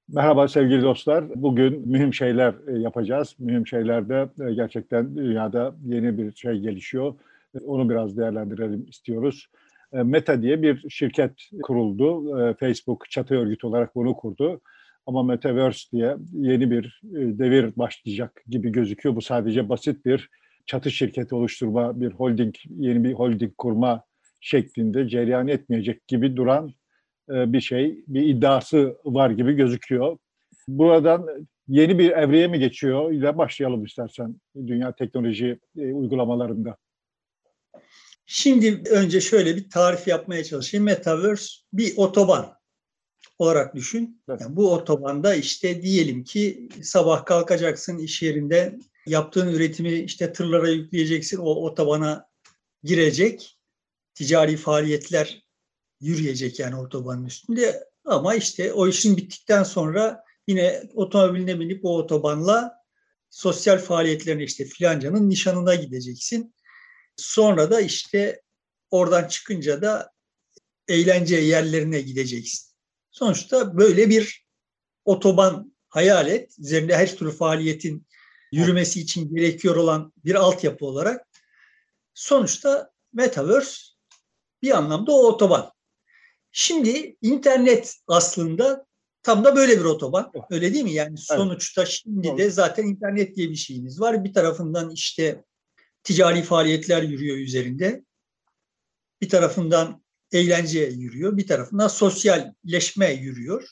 Merhaba sevgili dostlar. Bugün mühim şeyler yapacağız. Mühim şeylerde gerçekten dünyada yeni bir şey gelişiyor. Onu biraz değerlendirelim istiyoruz. Meta diye bir şirket kuruldu. Facebook çatı örgütü olarak bunu kurdu. Ama Metaverse diye yeni bir devir başlayacak gibi gözüküyor. Bu sadece basit bir çatı şirketi oluşturma, bir holding, yeni bir holding kurma şeklinde cereyan etmeyecek gibi duran bir şey, bir iddiası var gibi gözüküyor. Buradan yeni bir evreye mi geçiyor ile başlayalım istersen dünya teknoloji uygulamalarında. Şimdi önce şöyle bir tarif yapmaya çalışayım. Metaverse bir otoban olarak düşün. Evet. Yani bu otobanda işte diyelim ki sabah kalkacaksın iş yerinde yaptığın üretimi işte tırlara yükleyeceksin. O otobana girecek. Ticari faaliyetler yürüyecek yani otobanın üstünde. Ama işte o işin bittikten sonra yine otomobiline binip o otobanla sosyal faaliyetlerine işte filancanın nişanına gideceksin. Sonra da işte oradan çıkınca da eğlence yerlerine gideceksin. Sonuçta böyle bir otoban hayal et. Üzerinde her türlü faaliyetin yürümesi için gerekiyor olan bir altyapı olarak. Sonuçta Metaverse bir anlamda o otoban. Şimdi internet aslında tam da böyle bir otoban. Öyle değil mi? Yani Evet. sonuçta şimdi de zaten internet diye bir şeyimiz var. Bir tarafından işte ticari faaliyetler yürüyor üzerinde. Bir tarafından eğlence yürüyor, bir tarafından sosyalleşme yürüyor.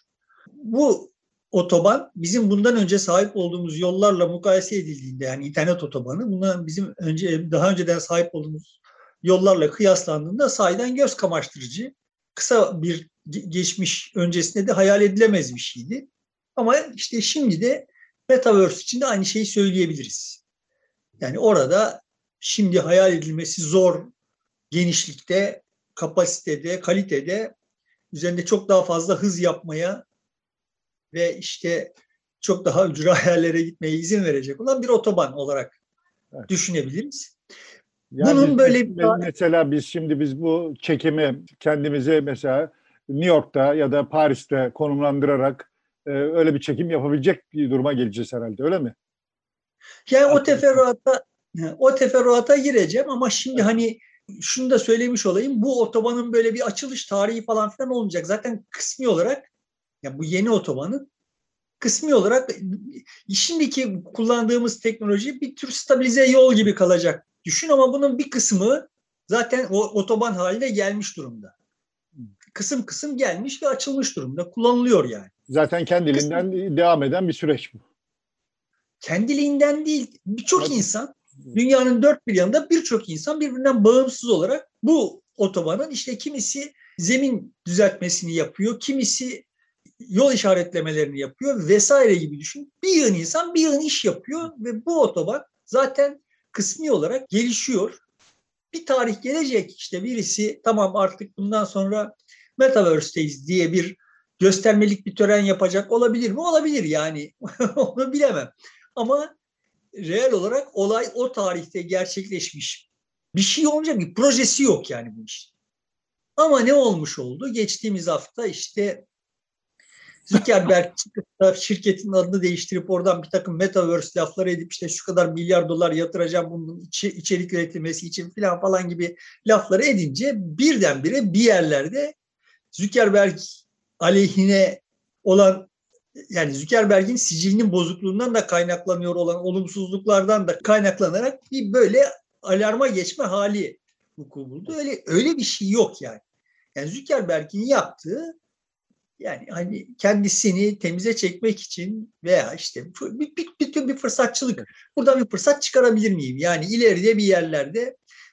Bu otoban bizim bundan önce sahip olduğumuz yollarla mukayese edildiğinde yani internet otobanı bundan bizim daha önceden sahip olduğumuz yollarla kıyaslandığında sahiden göz kamaştırıcı. Kısa bir geçmiş öncesinde de hayal edilemez bir şeydi. Ama işte şimdi de Metaverse için de aynı şeyi söyleyebiliriz. Yani orada şimdi hayal edilmesi zor genişlikte, kapasitede, kalitede üzerinde çok daha fazla hız yapmaya ve işte çok daha ücra yerlere gitmeye izin verecek olan bir otoban olarak Evet. düşünebiliriz. Yani Bunun böyle bir mesela biz bu çekimi kendimizi mesela New York'ta ya da Paris'te konumlandırarak öyle bir çekim yapabilecek bir duruma geleceğiz herhalde, öyle mi? yani Arkadaşlar. o teferruata gireceğim ama şimdi Evet. hani şunu da söylemiş olayım. Bu otobanın böyle bir açılış tarihi falan filan olmayacak. Zaten kısmi olarak yani bu yeni otobanın kısmi olarak şimdiki kullandığımız teknoloji bir tür stabilize yol gibi kalacak. Düşün ama bunun bir kısmı zaten o otoban haline gelmiş durumda. Kısım kısım gelmiş ve açılmış durumda. Kullanılıyor yani. Zaten Kısım kendiliğinden devam eden bir süreç bu. kendiliğinden değil. Birçok Evet. insan dünyanın dört bir yanında birçok insan birbirinden bağımsız olarak bu otobanın işte kimisi zemin düzeltmesini yapıyor, kimisi yol işaretlemelerini yapıyor vesaire gibi düşün. Bir yığın insan bir yığın iş yapıyor ve bu otoban zaten kısmi olarak gelişiyor. Bir tarih gelecek işte birisi tamam artık bundan sonra Metaverse'teyiz diye bir göstermelik bir tören yapacak olabilir mi? Olabilir yani onu bilemem. Ama reel olarak olay o tarihte gerçekleşmiş. Bir şey olmayacak bir projesi yok yani bu iş. Ama ne olmuş oldu? Geçtiğimiz hafta işte Zuckerberg çıkıp da şirketin adını değiştirip oradan bir takım metaverse lafları edip işte şu kadar milyar dolar yatıracağım bunun içerik üretilmesi için falan falan gibi lafları edince birdenbire bir yerlerde Zuckerberg aleyhine olan yani Zuckerberg'in sicilinin bozukluğundan da kaynaklanıyor olan olumsuzluklardan da kaynaklanarak bir böyle alarma geçme hali vuku buldu. Öyle bir şey yok yani. Yani Zuckerberg'in yaptığı yani hani kendisini temize çekmek için veya işte bir fırsatçılık. Buradan bir fırsat çıkarabilir miyim? Yani ileride bir yerlerde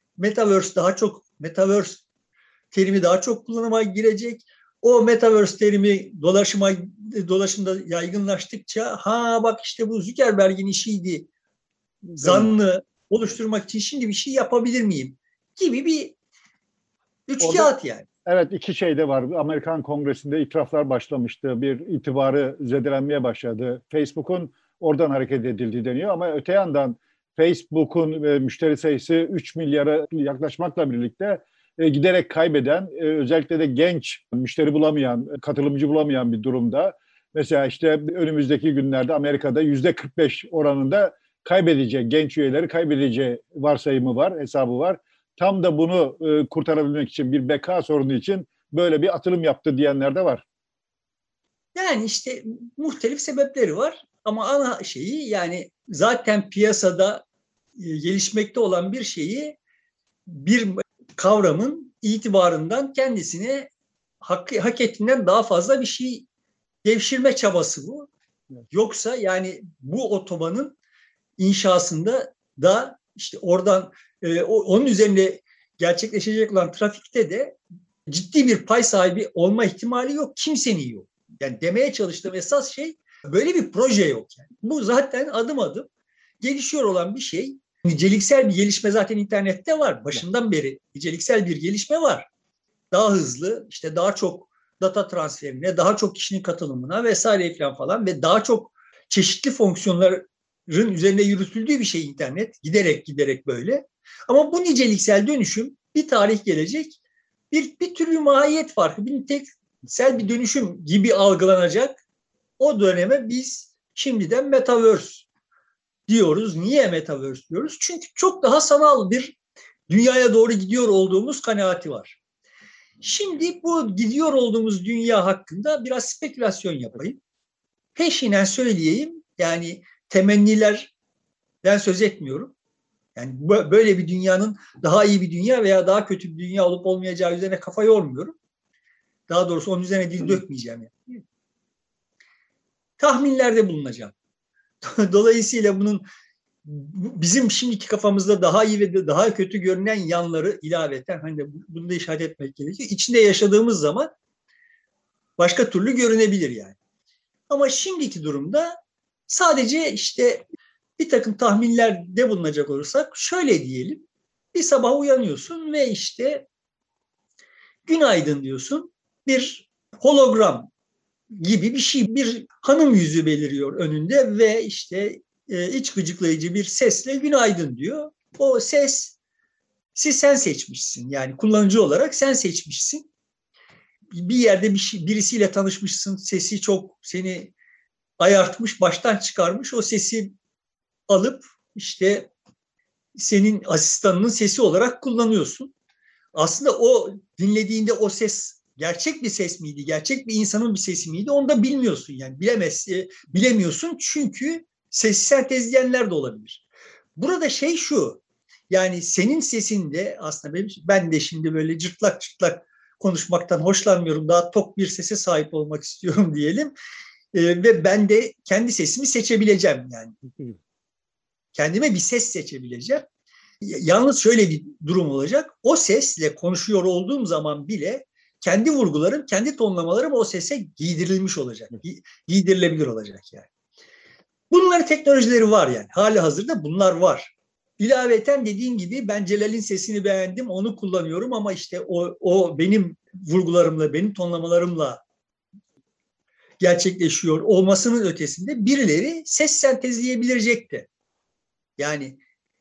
Metaverse terimi daha çok kullanıma girecek. O Metaverse terimi dolaşımda yaygınlaştıkça ha bak işte bu Zuckerberg'in işiydi Değil. zannı oluşturmak için şimdi bir şey yapabilir miyim? Gibi bir üç Orada kağıt yani. evet, iki şey de var. Amerikan Kongresi'nde itiraflar başlamıştı. Bir itibarı zedelenmeye başladı. Facebook'un oradan hareket edildiği deniyor ama öte yandan Facebook'un müşteri sayısı 3 milyara yaklaşmakla birlikte giderek kaybeden, özellikle de genç müşteri bulamayan, katılımcı bulamayan bir durumda. Mesela işte önümüzdeki günlerde Amerika'da %45 oranında kaybedeceği, genç üyeleri kaybedeceği varsayımı var, hesabı var. Tam da bunu kurtarabilmek için, bir beka sorunu için böyle bir atılım yaptı diyenler de var. Yani işte muhtelif sebepleri var ama ana şeyi, yani zaten piyasada gelişmekte olan bir şeyi, bir kavramın itibarından kendisine hak ettiğinden daha fazla bir şey devşirme çabası bu. Yoksa yani bu otobanın inşasında da işte oradan onun üzerinde gerçekleşecek olan trafikte de ciddi bir pay sahibi olma ihtimali yok. Kimsenin yok. Yani demeye çalıştığım esas şey, böyle bir proje yok. Yani. Bu zaten adım adım gelişiyor olan bir şey. Niceliksel bir gelişme zaten internette var. Başından beri niceliksel bir gelişme var. Daha hızlı, işte daha çok data transferine, daha çok kişinin katılımına vesaire falan ve daha çok çeşitli fonksiyonların üzerinde yürütüldüğü bir şey internet. Giderek böyle. Ama bu niceliksel dönüşüm bir tarih gelecek, bir tür bir mahiyet farkı, bir niteliksel bir dönüşüm gibi algılanacak. O döneme biz şimdiden metaverse diyoruz. Niye metaverse diyoruz? Çünkü çok daha sanal bir dünyaya doğru gidiyor olduğumuz kanaati var. Şimdi bu gidiyor olduğumuz dünya hakkında biraz spekülasyon yapayım. Peşinen söyleyeyim, yani temennilerden söz etmiyorum. Yani böyle bir dünyanın daha iyi bir dünya veya daha kötü bir dünya olup olmayacağı üzerine kafa yormuyorum. Daha doğrusu onun üzerine dil dökmeyeceğim. Yani. Tahminlerde bulunacağım. Dolayısıyla bunun bizim şimdiki kafamızda daha iyi ve daha kötü görünen yanları ilaveten, hani bunu da işaret etmek gerekiyor. İçinde yaşadığımız zaman başka türlü görünebilir yani. Ama şimdiki durumda sadece işte bir takım tahminlerde bulunacak olursak şöyle diyelim. Bir sabah uyanıyorsun ve işte günaydın diyorsun. Bir hologram gibi bir şey, bir hanım yüzü beliriyor önünde ve işte iç gıcıklayıcı bir sesle günaydın diyor. O sesi sen seçmişsin. Yani kullanıcı olarak sen seçmişsin. Bir yerde birisiyle tanışmışsın. Sesi çok seni ayartmış, baştan çıkarmış. O sesi alıp işte senin asistanının sesi olarak kullanıyorsun. Aslında o dinlediğinde o ses gerçek bir ses miydi, gerçek bir insanın bir sesi miydi, onu da bilmiyorsun yani. Bilemiyorsun çünkü sesi sentezleyenler de olabilir. Burada şey şu, yani senin sesinde aslında ben de şimdi böyle cırtlak cırtlak konuşmaktan hoşlanmıyorum. Daha tok bir sese sahip olmak istiyorum diyelim. Ve ben de kendi sesimi seçebileceğim yani. Kendime bir ses seçebileceğim. Yalnız şöyle bir durum olacak. O sesle konuşuyor olduğum zaman bile kendi vurgularım, kendi tonlamalarım o sese giydirilmiş olacak. Giydirilebilir olacak yani. Bunların teknolojileri var yani. Hali hazırda bunlar var. İlaveten dediğim gibi ben Celal'in sesini beğendim, onu kullanıyorum ama işte o benim vurgularımla, benim tonlamalarımla gerçekleşiyor olmasının ötesinde birileri ses sentezleyebilecekti. Yani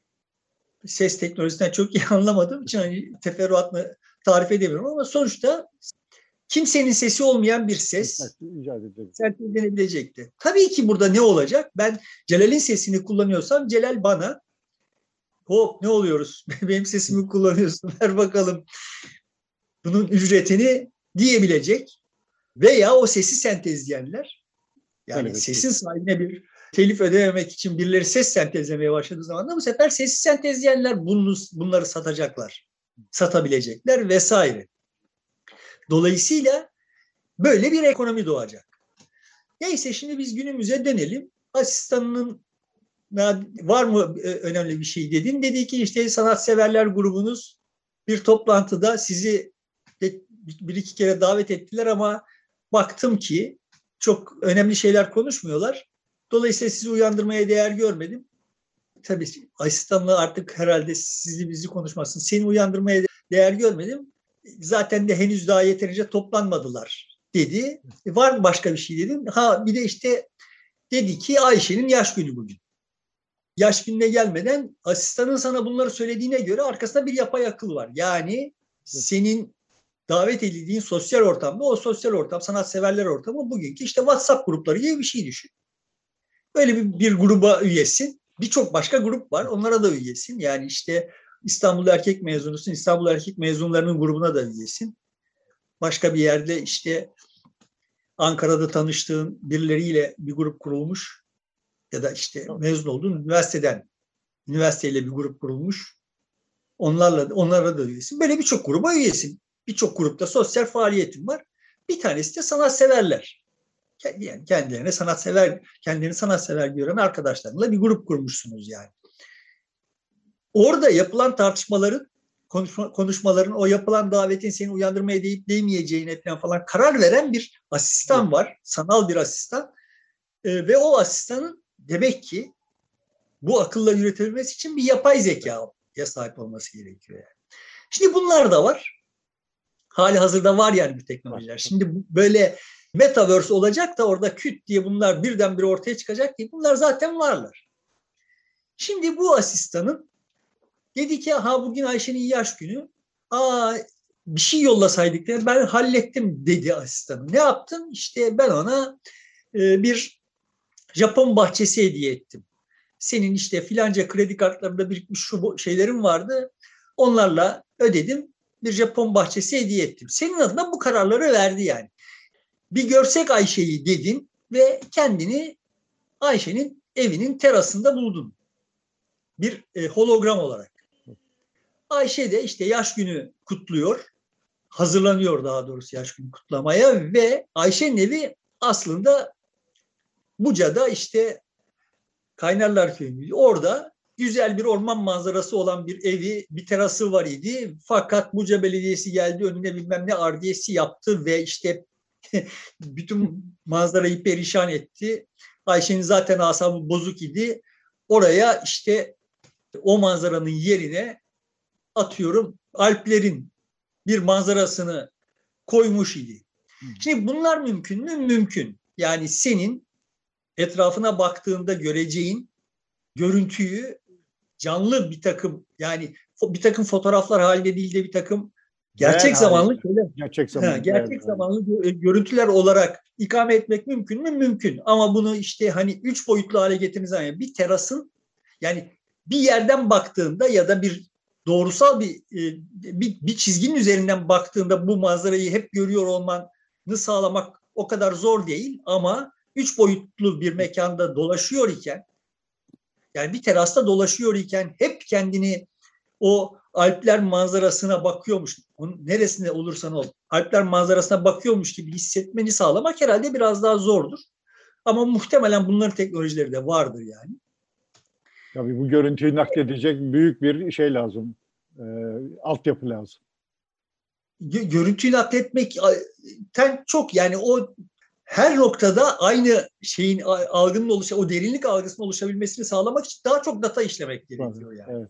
ses teknolojisinden çok iyi anlamadığım için hani teferruatla tarif edemiyorum ama sonuçta kimsenin sesi olmayan bir ses sentezlenebilecekti. Tabii ki burada ne olacak? Ben Celal'in sesini kullanıyorsam Celal bana hop ne oluyoruz? Benim sesimi kullanıyorsun, ver bakalım bunun ücretini diyebilecek veya o sesi sentezleyenler, yani sesin sahibine bir telif ödememek için birileri ses sentezlemeye başladığı zaman da bu sefer sesi sentezleyenler bunları satacaklar, satabilecekler vesaire. Dolayısıyla böyle bir ekonomi doğacak. Neyse şimdi biz günümüze dönelim. Asistanının var mı önemli bir şey dedin. Dedi ki işte sanatseverler grubunuz bir toplantıda sizi bir iki kere davet ettiler ama baktım ki çok önemli şeyler konuşmuyorlar. Dolayısıyla sizi uyandırmaya değer görmedim. Tabii asistanla artık herhalde sizi bizi konuşmasın. Seni uyandırmaya değer görmedim. Zaten de henüz daha yeterince toplanmadılar dedi. Var mı başka bir şey dedim. Ha bir de işte dedi ki Ayşe'nin yaş günü bugün. Yaş gününe gelmeden asistanın sana bunları söylediğine göre arkasında bir yapay akıl var. Yani senin davet edildiğin sosyal ortamda, o sosyal ortam, sanatseverler ortamı bugünkü işte WhatsApp grupları gibi bir şey düşün. Böyle bir gruba üyesin. Birçok başka grup var. Onlara da üyesin. Yani işte İstanbul erkek mezunusun. İstanbul erkek mezunlarının grubuna da üyesin. Başka bir yerde işte Ankara'da tanıştığın birileriyle bir grup kurulmuş. Ya da işte mezun olduğun üniversiteyle bir grup kurulmuş. Onlara da üyesin. Böyle birçok gruba üyesin. Birçok grupta sosyal faaliyetin var. Bir tanesi de sanatseverler. Yani kendilerini sanatsever gören arkadaşlarınla bir grup kurmuşsunuz yani. Orada yapılan tartışmaların, konuşmaların, o yapılan davetin seni uyandırmaya değip değmeyeceğine falan karar veren bir asistan var. Sanal bir asistan. Ve o asistanın demek ki bu akılla yönetilmesi için bir yapay zekaya sahip olması gerekiyor yani. Şimdi bunlar da var. Hali hazırda var yani bu teknolojiler. Şimdi böyle metaverse olacak da orada küt diye bunlar birdenbire ortaya çıkacak diye bunlar zaten varlar. Şimdi bu asistanın dedi ki bugün Ayşe'nin yaş günü. Bir şey yollasaydık diye ben hallettim dedi asistanım. Ne yaptın? İşte ben ona bir Japon bahçesi hediye ettim. Senin işte filanca kredi kartlarında birikmiş şu şeylerin vardı. Onlarla ödedim. Bir Japon bahçesi hediye ettim. Senin adına bu kararları verdi yani. Bir görsek Ayşe'yi dedin ve kendini Ayşe'nin evinin terasında buldun. Bir hologram olarak. Ayşe de işte yaş günü kutluyor. Hazırlanıyor daha doğrusu yaş günü kutlamaya ve Ayşe'nin evi aslında Buca'da işte Kaynarlar Köyü. Orada güzel bir orman manzarası olan bir evi, bir terası var idi. Fakat Buca Belediyesi geldi önüne bilmem ne ardiyesi yaptı ve işte bütün manzarayı perişan etti. Ayşe'nin zaten asabı bozuk idi. Oraya işte o manzaranın yerine atıyorum Alplerin bir manzarasını koymuş idi. Şimdi bunlar mümkün mü? Mümkün. Yani senin etrafına baktığında göreceğin görüntüyü canlı bir takım fotoğraflar halinde değil de bir takım gerçek zamanlı görüntüler olarak ikame etmek mümkün mü? Mümkün. Ama bunu işte hani 3 boyutlu hale getirdiğiniz zaman bir terasın yani bir yerden baktığında ya da bir doğrusal bir çizginin üzerinden baktığında bu manzarayı hep görüyor olmanı sağlamak o kadar zor değil ama 3 boyutlu bir mekanda dolaşıyor iken yani bir terasta dolaşıyor iken hep kendini o Alpler manzarasına bakıyormuş, onun neresinde olursan ol, Alpler manzarasına bakıyormuş gibi hissetmeni sağlamak herhalde biraz daha zordur. Ama muhtemelen bunların teknolojileri de vardır yani. Tabii bu görüntüyü nakledecek büyük bir şey lazım, altyapı lazım. Görüntüyü nakletmekten çok yani o her noktada aynı şeyin algının o derinlik algısının oluşabilmesini sağlamak için daha çok data işlemek gerekiyor yani. Evet.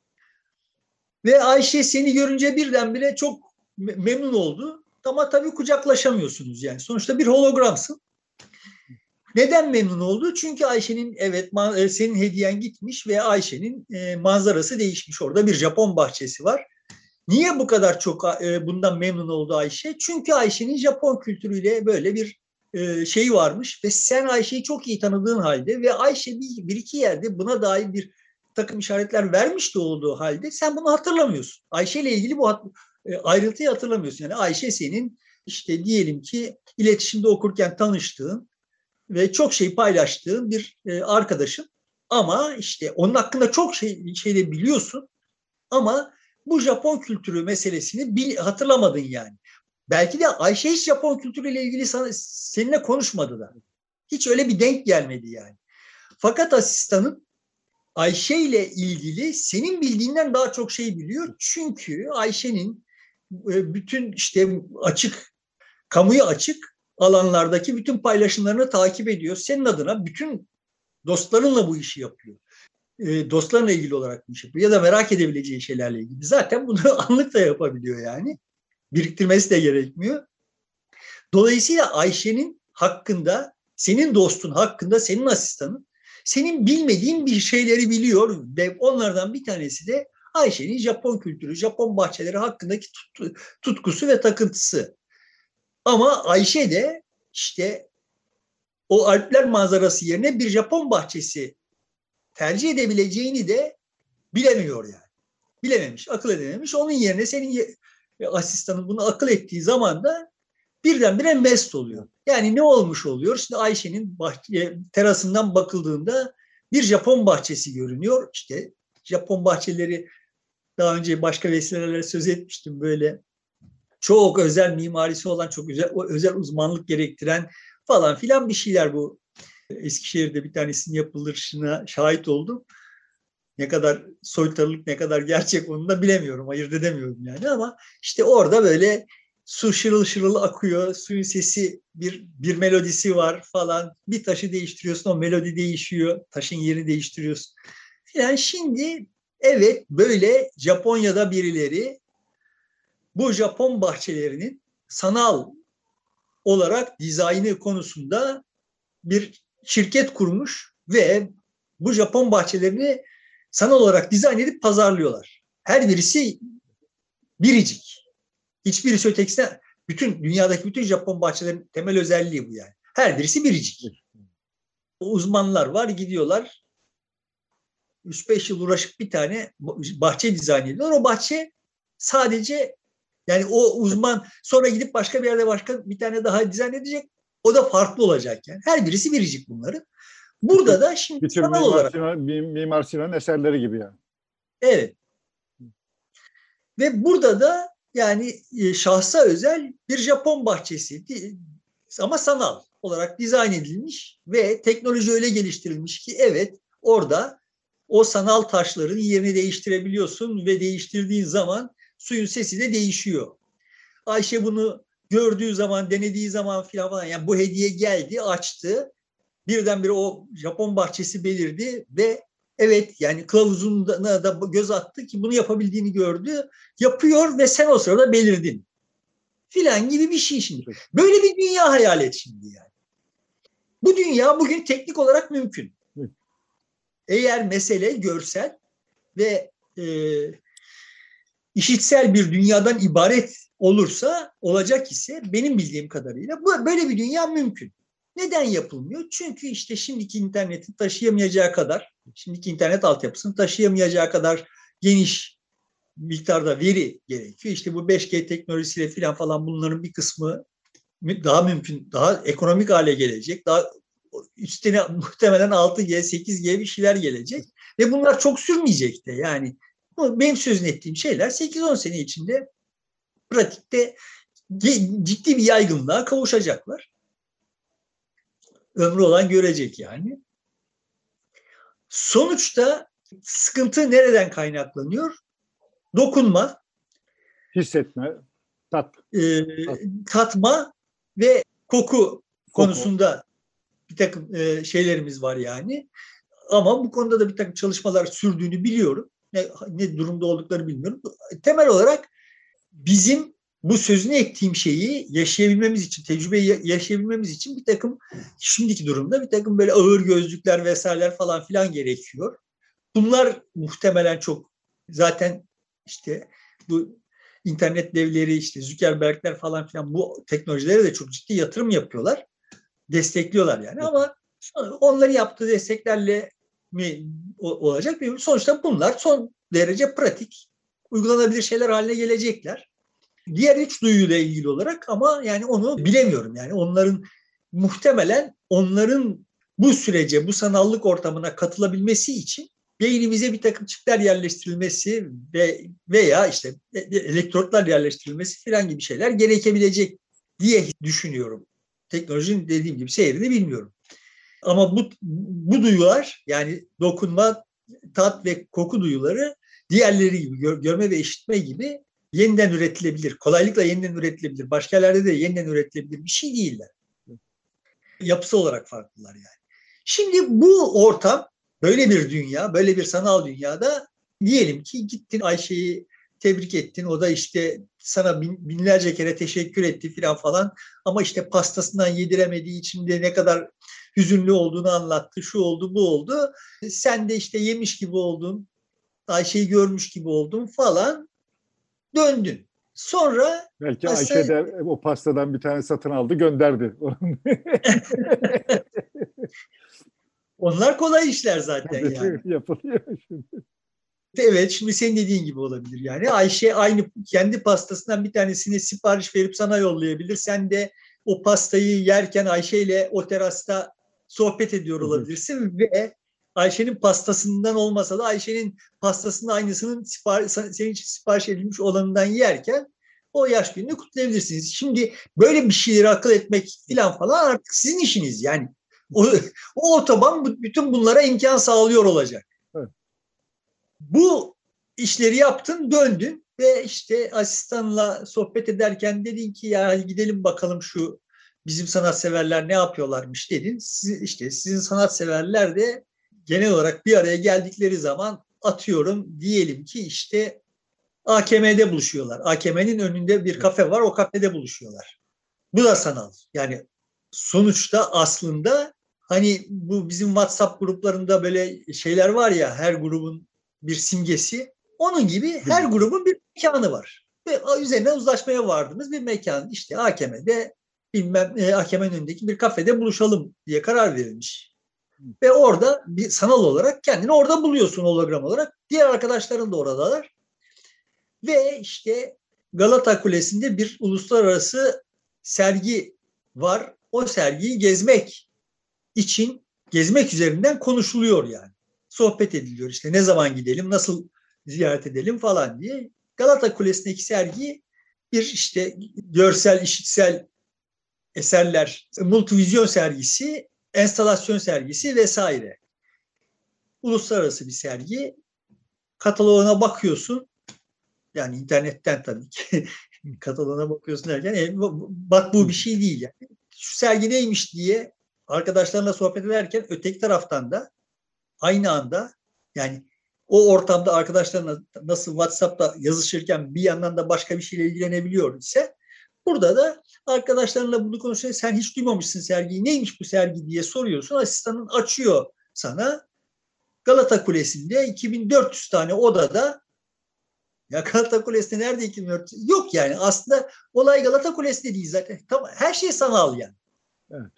Ve Ayşe seni görünce birdenbire çok memnun oldu. Ama tabii kucaklaşamıyorsunuz yani. Sonuçta bir hologramsın. Neden memnun oldu? Çünkü Ayşe'nin senin hediyen gitmiş ve Ayşe'nin manzarası değişmiş. Orada bir Japon bahçesi var. Niye bu kadar çok bundan memnun oldu Ayşe? Çünkü Ayşe'nin Japon kültürüyle böyle bir şeyi varmış ve sen Ayşe'yi çok iyi tanıdığın halde ve Ayşe bir iki yerde buna dair bir takım işaretler vermiş de olduğu halde sen bunu hatırlamıyorsun. Ayşe ile ilgili bu ayrıntıyı hatırlamıyorsun. Yani Ayşe senin işte diyelim ki iletişimde okurken tanıştığın ve çok şey paylaştığın bir arkadaşın ama işte onun hakkında çok şey de biliyorsun ama bu Japon kültürü meselesini hatırlamadın yani. Belki de Ayşe hiç Japon kültürüyle ilgili seninle konuşmadı da. Hiç öyle bir denk gelmedi yani. Fakat asistanın Ayşe ile ilgili senin bildiğinden daha çok şey biliyor. Çünkü Ayşe'nin bütün işte kamuya açık alanlardaki bütün paylaşımlarını takip ediyor. Senin adına bütün dostlarınla bu işi yapıyor. Dostlarla ilgili olarak bu işi yapıyor. Ya da merak edebileceği şeylerle ilgili. Zaten bunu anlık da yapabiliyor yani. Biriktirmesi de gerekmiyor. Dolayısıyla Ayşe'nin hakkında, senin dostun hakkında senin asistanın senin bilmediğin bir şeyleri biliyor ve onlardan bir tanesi de Ayşe'nin Japon kültürü, Japon bahçeleri hakkındaki tutkusu ve takıntısı. Ama Ayşe de işte o Alpler manzarası yerine bir Japon bahçesi tercih edebileceğini de bilemiyor yani. Bilememiş, akıl edememiş. Onun yerine senin asistanın bunu akıl ettiği zaman da birdenbire mest oluyor. Yani ne olmuş oluyor? Şimdi Ayşe'nin terasından bakıldığında bir Japon bahçesi görünüyor. İşte Japon bahçeleri daha önce başka vesilelerle söz etmiştim, böyle çok özel mimarisi olan, çok özel uzmanlık gerektiren falan filan bir şeyler bu. Eskişehir'de bir tanesinin yapılışına şahit oldum. Ne kadar soytarılık, ne kadar gerçek onu da bilemiyorum, ayırt edemiyorum yani, ama işte orada böyle su şırıl şırıl akıyor, suyun sesi, bir melodisi var falan. Bir taşı değiştiriyorsun, o melodi değişiyor, taşın yerini değiştiriyorsun. Yani şimdi evet, böyle Japonya'da birileri bu Japon bahçelerinin sanal olarak dizaynı konusunda bir şirket kurmuş ve bu Japon bahçelerini sanal olarak dizayn edip pazarlıyorlar. Her birisi biricik. Hiçbirisi ötekisine, bütün dünyadaki bütün Japon bahçelerin temel özelliği bu yani. Her birisi biricik. Uzmanlar var, gidiyorlar 3-5 yıl uğraşıp bir tane bahçe dizayn ediyorlar. O bahçe sadece, yani o uzman sonra gidip başka bir yerde başka bir tane daha dizayn edecek. O da farklı olacak yani. Her birisi biricik bunların. Burada da şimdi bütün sanal olarak. Mimar Sinan eserleri gibi yani. Evet. Ve burada da yani şahsa özel bir Japon bahçesi ama sanal olarak dizayn edilmiş ve teknoloji öyle geliştirilmiş ki evet, orada o sanal taşların yerini değiştirebiliyorsun ve değiştirdiğin zaman suyun sesi de değişiyor. Ayşe bunu gördüğü zaman, denediği zaman falan, yani bu hediye geldi, açtı. Birdenbire o Japon bahçesi belirdi ve evet, yani kılavuzuna da göz attı ki bunu yapabildiğini gördü. Yapıyor ve sen o sırada belirdin. Filan gibi bir şey şimdi. Böyle bir dünya hayal et şimdi yani. Bu dünya bugün teknik olarak mümkün. Eğer mesele görsel ve işitsel bir dünyadan ibaret olacak ise, benim bildiğim kadarıyla böyle bir dünya mümkün. Neden yapılmıyor? Çünkü işte şimdiki internetin taşıyamayacağı kadar, şimdiki internet altyapısını taşıyamayacağı kadar geniş miktarda veri gerekiyor. İşte bu 5G teknolojisiyle falan bunların bir kısmı daha mümkün, daha ekonomik hale gelecek. Daha üstüne muhtemelen 6G, 8G bir şeyler gelecek. Ve bunlar çok sürmeyecek de yani. Benim sözünü ettiğim şeyler 8-10 sene içinde pratikte ciddi bir yaygınlığa kavuşacaklar. Ömrü olan görecek yani. Sonuçta sıkıntı nereden kaynaklanıyor? Dokunma, Hissetme, tatma ve koku konusunda bir takım şeylerimiz var yani. Ama bu konuda da bir takım çalışmalar sürdüğünü biliyorum. Ne durumda oldukları bilmiyorum. Temel olarak bizim bu sözünü ettiğim şeyi yaşayabilmemiz için, tecrübeyi yaşayabilmemiz için bir takım, şimdiki durumda bir takım böyle ağır gözlükler vesaireler falan filan gerekiyor. Bunlar muhtemelen çok, zaten işte bu internet devleri, işte Zuckerberg'ler falan filan bu teknolojilere de çok ciddi yatırım yapıyorlar. Destekliyorlar yani, ama onların yaptığı desteklerle mi olacak? Sonuçta bunlar son derece pratik, uygulanabilir şeyler haline gelecekler. Diğer üç duyuyla ilgili olarak ama yani onu bilemiyorum. Yani muhtemelen onların bu sürece, bu sanallık ortamına katılabilmesi için beynimize bir takım çipler yerleştirilmesi veya işte elektrotlar yerleştirilmesi falan gibi şeyler gerekebilecek diye düşünüyorum. Teknolojinin dediğim gibi seyrini bilmiyorum. Ama bu duyular, yani dokunma, tat ve koku duyuları diğerleri gibi, görme ve işitme gibi yeniden üretilebilir. Kolaylıkla yeniden üretilebilir. Başka yerlerde de yeniden üretilebilir bir şey değiller. Yapısı olarak farklılar yani. Şimdi bu ortam, böyle bir dünya, böyle bir sanal dünyada diyelim ki gittin Ayşe'yi tebrik ettin. O da işte sana binlerce kere teşekkür etti falan. Ama işte pastasından yediremediği için de ne kadar hüzünlü olduğunu anlattı. Şu oldu, bu oldu. Sen de işte yemiş gibi oldun Ayşe'yi görmüş gibi oldun falan, döndün. Sonra Belki Ayşe aslında de o pastadan bir tane satın aldı, gönderdi. onlar kolay işler zaten yani. Yapılıyor. Evet, şimdi senin dediğin gibi olabilir yani. Ayşe aynı kendi pastasından bir tanesini sipariş verip sana yollayabilir. Sen de o pastayı yerken Ayşe ile o terasta sohbet ediyor olabilirsin ve Ayşe'nin pastasından olmasa da Ayşe'nin pastasının aynısının senin için sipariş edilmiş olanından yerken o yaş gününü kutlayabilirsiniz. Şimdi böyle bir şeyleri akıl etmek falan artık sizin işiniz yani. O, o otoban bütün bunlara imkan sağlıyor olacak. Evet. Bu işleri yaptın, döndün ve işte asistanla sohbet ederken dedin ki ya gidelim bakalım şu bizim sanatseverler ne yapıyorlarmış dedin. İşte sizin sanatseverler de genel olarak bir araya geldikleri zaman atıyorum diyelim ki işte AKM'de buluşuyorlar. AKM'nin önünde bir kafe var, o kafede buluşuyorlar. Bu da sanal. Yani sonuçta aslında hani bu bizim WhatsApp gruplarında böyle şeyler var ya, her grubun bir simgesi. Onun gibi her grubun bir mekanı var. Ve üzerine uzlaşmaya vardığımız bir mekan. İşte AKM'de bilmem AKM'nin önündeki bir kafede buluşalım diye karar verilmiş. Ve orada bir sanal olarak kendini orada buluyorsun hologram olarak. Diğer arkadaşların da oradalar. Ve işte Galata Kulesi'nde bir uluslararası sergi var. O sergiyi gezmek üzerinden konuşuluyor yani. Sohbet ediliyor işte ne zaman gidelim, nasıl ziyaret edelim falan diye. Galata Kulesi'ndeki sergi bir işte görsel, işitsel eserler, multivizyon sergisi, enstalasyon sergisi vesaire. Uluslararası bir sergi. Kataloğuna bakıyorsun. Yani internetten tabii ki kataloğuna bakıyorsun derken bak bu bir şey değil yani. Şu sergi neymiş diye arkadaşlarla sohbet ederken öteki taraftan da aynı anda yani o ortamda arkadaşlarla nasıl WhatsApp'ta yazışırken bir yandan da başka bir şeyle ilgilenebiliyor ise burada da arkadaşlarla bunu konuşuyor. Sen hiç duymamışsın sergiyi. Neymiş bu sergi diye soruyorsun. Asistanın açıyor sana. Galata Kulesi'nde 2400 tane odada. Ya Galata Kulesi'nde nerede 2400? Yok yani aslında olay Galata Kulesi'nde değil zaten. Tamam, her şey sanal yani. Evet.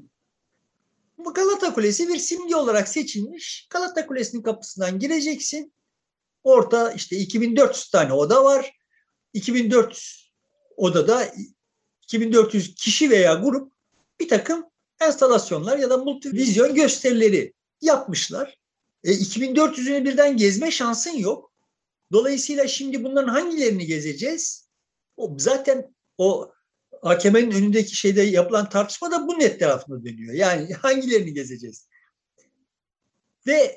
Bu Galata Kulesi bir simge olarak seçilmiş. Galata Kulesi'nin kapısından gireceksin. Orada işte 2400 tane oda var. 2400 odada 2400 kişi veya grup bir takım enstalasyonlar ya da multivizyon gösterileri yapmışlar. 2400'ünü birden gezme şansın yok. Dolayısıyla şimdi bunların hangilerini gezeceğiz? Zaten o AKM'nin önündeki şeyde yapılan tartışma da bunun etrafında dönüyor. Yani hangilerini gezeceğiz? Ve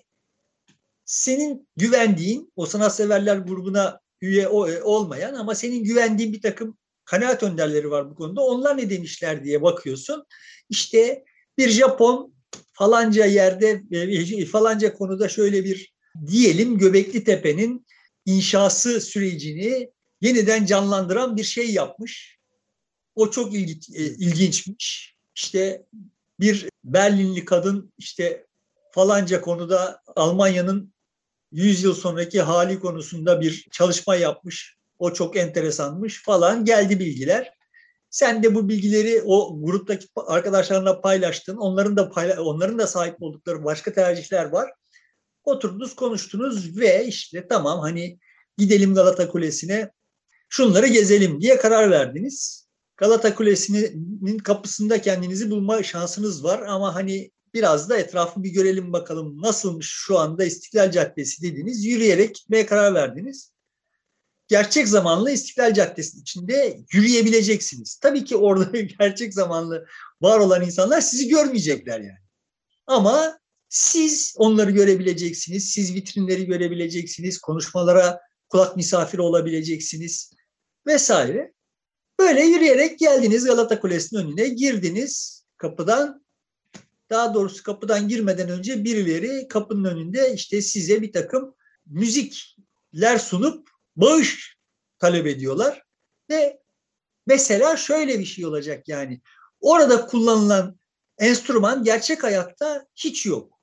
senin güvendiğin, o sanatseverler grubuna üye olmayan ama senin güvendiğin bir takım kanaat önderleri var bu konuda. Onlar ne demişler diye bakıyorsun. İşte bir Japon falanca yerde, falanca konuda şöyle bir diyelim Göbekli Tepe'nin inşası sürecini yeniden canlandıran bir şey yapmış. O çok ilginçmiş. İşte bir Berlinli kadın işte falanca konuda Almanya'nın 100 yıl sonraki hali konusunda bir çalışma yapmış. O çok enteresanmış falan, geldi bilgiler. Sen de bu bilgileri o gruptaki arkadaşlarına paylaştın. Onların da sahip oldukları başka tercihler var. Oturdunuz, konuştunuz ve işte tamam hani gidelim Galata Kulesi'ne, şunları gezelim diye karar verdiniz. Galata Kulesi'nin kapısında kendinizi bulma şansınız var ama hani biraz da etrafı bir görelim bakalım nasılmış şu anda İstiklal Caddesi dediniz. Yürüyerek gitmeye karar verdiniz. Gerçek zamanlı İstiklal Caddesi'nin içinde yürüyebileceksiniz. Tabii ki orada gerçek zamanlı var olan insanlar sizi görmeyecekler yani. Ama siz onları görebileceksiniz, siz vitrinleri görebileceksiniz, konuşmalara kulak misafiri olabileceksiniz vesaire. Böyle yürüyerek geldiniz Galata Kulesi'nin önüne, girdiniz kapıdan. Daha doğrusu kapıdan girmeden önce birileri kapının önünde işte size bir takım müzikler sunup bağış talep ediyorlar. Ve mesela şöyle bir şey olacak yani. Orada kullanılan enstrüman gerçek hayatta hiç yok.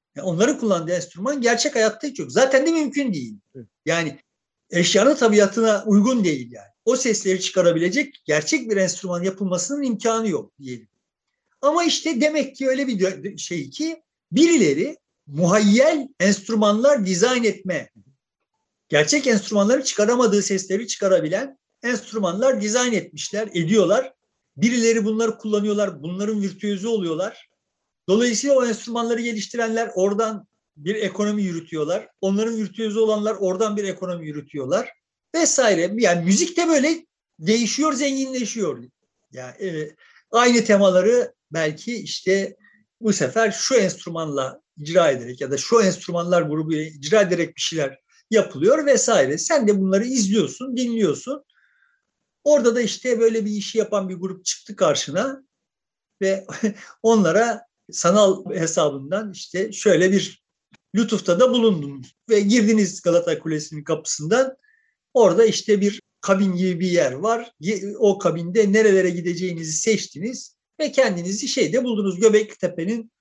Yani onların kullandığı enstrüman gerçek hayatta hiç yok. Zaten de mümkün değil. Evet. Yani eşyanın tabiatına uygun değil yani. O sesleri çıkarabilecek gerçek bir enstrüman yapılmasının imkanı yok diyelim. Ama işte demek ki öyle bir şey ki birileri muhayyel enstrümanlar dizayn etme, gerçek enstrümanları çıkaramadığı sesleri çıkarabilen enstrümanlar dizayn etmişler, ediyorlar. Birileri bunları kullanıyorlar, bunların virtüözü oluyorlar. Dolayısıyla o enstrümanları geliştirenler oradan bir ekonomi yürütüyorlar. Onların virtüözü olanlar oradan bir ekonomi yürütüyorlar. Vesaire. Yani müzik de böyle değişiyor, zenginleşiyor. Yani aynı temaları belki işte bu sefer şu enstrümanla icra ederek ya da şu enstrümanlar grubu icra ederek bir şeyler yapılıyor vesaire. Sen de bunları izliyorsun, dinliyorsun. Orada da işte böyle bir işi yapan bir grup çıktı karşına ve onlara sanal hesabından işte şöyle bir lütufta da bulundunuz ve girdiniz Galata Kulesi'nin kapısından. Orada işte bir kabin gibi bir yer var. O kabinde nerelere gideceğinizi seçtiniz ve kendinizi şeyde buldunuz. Göbeklitepe'nin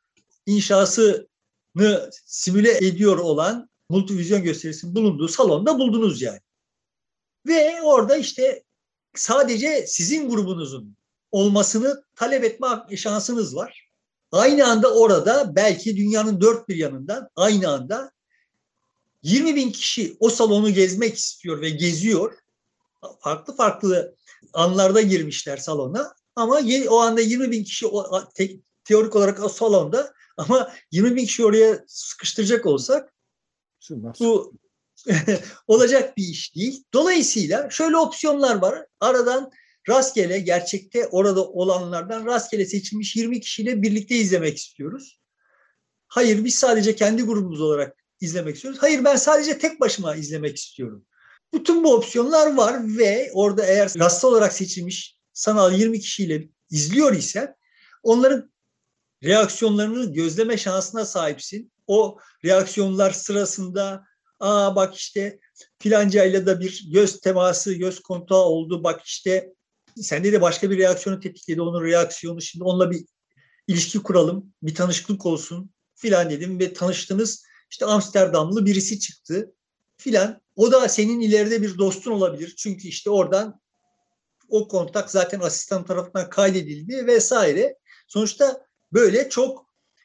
inşasını simüle ediyor olan multivizyon gösterisinin bulunduğu salonda buldunuz yani. Ve orada işte sadece sizin grubunuzun olmasını talep etme şansınız var. Aynı anda orada belki dünyanın dört bir yanından aynı anda 20 bin kişi o salonu gezmek istiyor ve geziyor. Farklı farklı anlarda girmişler salona ama o anda 20 bin kişi teorik olarak o salonda ama 20 bin kişi oraya sıkıştıracak olsak bu olacak bir iş değil. Dolayısıyla şöyle opsiyonlar var. Aradan rastgele gerçekte orada olanlardan rastgele seçilmiş 20 kişiyle birlikte izlemek istiyoruz. Hayır biz sadece kendi grubumuz olarak izlemek istiyoruz. Hayır ben sadece tek başıma izlemek istiyorum. Bütün bu opsiyonlar var ve orada eğer rastlı olarak seçilmiş sanal 20 kişiyle izliyor ise onların reaksiyonlarını gözleme şansına sahipsin. O reaksiyonlar sırasında bak işte filancayla da bir göz teması, göz kontağı oldu. Bak işte sende de başka bir reaksiyonu tetikledi. Onun reaksiyonu şimdi onunla bir ilişki kuralım, bir tanışıklık olsun filan dedim ve tanıştınız. İşte Amsterdamlı birisi çıktı filan. O da senin ileride bir dostun olabilir. Çünkü işte oradan o kontak zaten asistan tarafından kaydedildi vesaire. Sonuçta böyle çok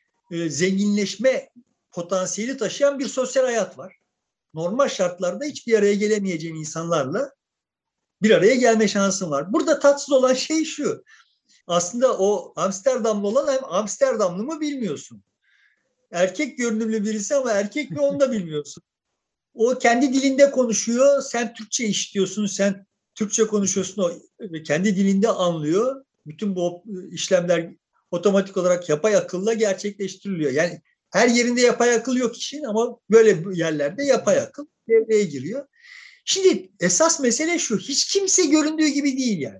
zenginleşme potansiyeli taşıyan bir sosyal hayat var. Normal şartlarda hiçbir araya gelemeyeceğin insanlarla bir araya gelme şansın var. Burada tatsız olan şey şu. Aslında o Amsterdamlı olan hem Amsterdamlı mı bilmiyorsun. Erkek görünümlü birisi ama erkek mi onu da bilmiyorsun. O kendi dilinde konuşuyor. Sen Türkçe işliyorsun. Sen Türkçe konuşuyorsun. O kendi dilinde anlıyor. Bütün bu işlemler otomatik olarak yapay akılla gerçekleştiriliyor. Yani her yerinde yapay akıl yok işin ama böyle yerlerde yapay akıl devreye giriyor. Şimdi esas mesele şu. Hiç kimse göründüğü gibi değil yani.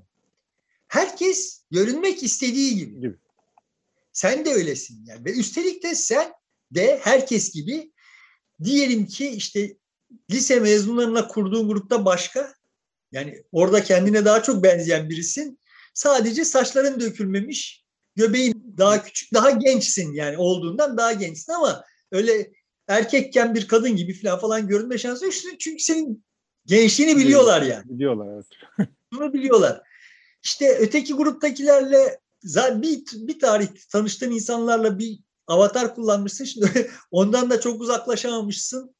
Herkes görünmek istediği gibi. Sen de öylesin yani. Ve üstelik de sen de herkes gibi diyelim ki işte lise mezunlarına kurduğun grupta başka, yani orada kendine daha çok benzeyen birisin. Sadece saçların dökülmemiş, göbeğin daha küçük, daha gençsin yani olduğundan daha gençsin ama öyle erkekken bir kadın gibi falan görünme şansı yok. Çünkü senin gençliğini biliyorlar yani. Biliyorlar evet. Bunu biliyorlar. İşte öteki gruptakilerle bir tarih tanıştığın insanlarla bir avatar kullanmışsın. Şimdi ondan da çok uzaklaşamamışsın.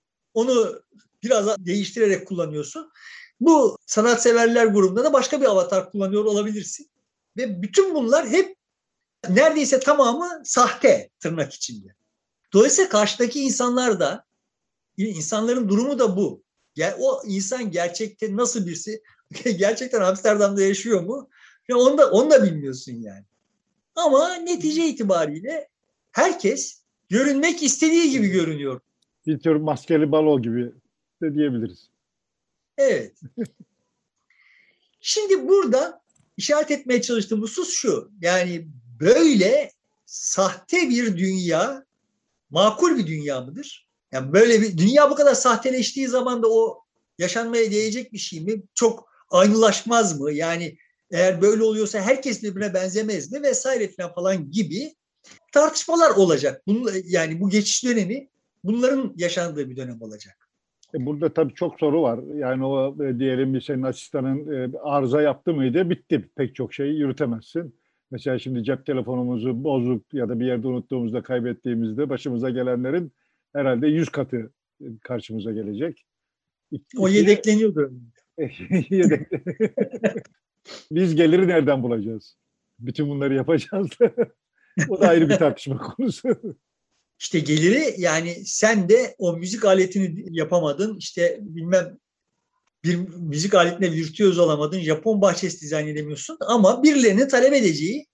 Onu biraz değiştirerek kullanıyorsun. Bu sanatseverler grubunda da başka bir avatar kullanıyor olabilirsin. Ve bütün bunlar hep neredeyse tamamı sahte tırnak içinde. Dolayısıyla karşıdaki insanların durumu da bu. Yani o insan gerçekte nasıl birisi, gerçekten Amsterdam'da yaşıyor mu? Onu da bilmiyorsun yani. Ama netice itibariyle herkes görünmek istediği gibi görünüyor. Bir tür maskeli balo gibi de diyebiliriz. Evet. Şimdi burada işaret etmeye çalıştığım husus şu. Yani böyle sahte bir dünya makul bir dünya mıdır? Yani böyle bir dünya bu kadar sahteleştiği zaman da o yaşanmaya değecek bir şey mi? Çok aynılaşmaz mı? Yani eğer böyle oluyorsa herkes birbirine benzemez mi? Vesaire falan gibi Tartışmalar olacak. Yani bu geçiş dönemi bunların yaşandığı bir dönem olacak. Burada tabii çok soru var. Yani o diyelim bir senin asistanın arıza yaptı mıydı? Bitti. Pek çok şeyi yürütemezsin. Mesela şimdi cep telefonumuzu bozuk ya da bir yerde unuttuğumuzda, kaybettiğimizde başımıza gelenlerin herhalde 100 katı karşımıza gelecek. O İki, yedekleniyordur. yedek. Biz geliri nereden bulacağız? Bütün bunları yapacağız. O da ayrı bir tartışma konusu. İşte geliri, yani sen de o müzik aletini yapamadın, işte bilmem bir müzik aletine virtüöz olamadın, Japon bahçesi dizayn edemiyorsun ama birilerinin talep edeceği,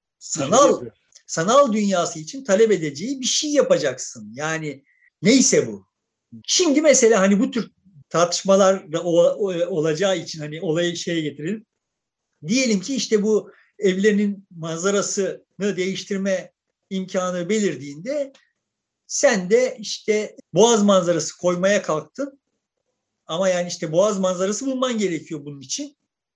sanal dünyası için talep edeceği bir şey yapacaksın. Yani neyse bu. Şimdi mesela hani bu tür tartışmalar da olacağı için hani olayı şeye getirelim. Diyelim ki işte bu evlerinin manzarasını değiştirme imkanı belirdiğinde sen de işte Boğaz manzarası koymaya kalktın. Ama yani işte Boğaz manzarası bulman gerekiyor bunun için.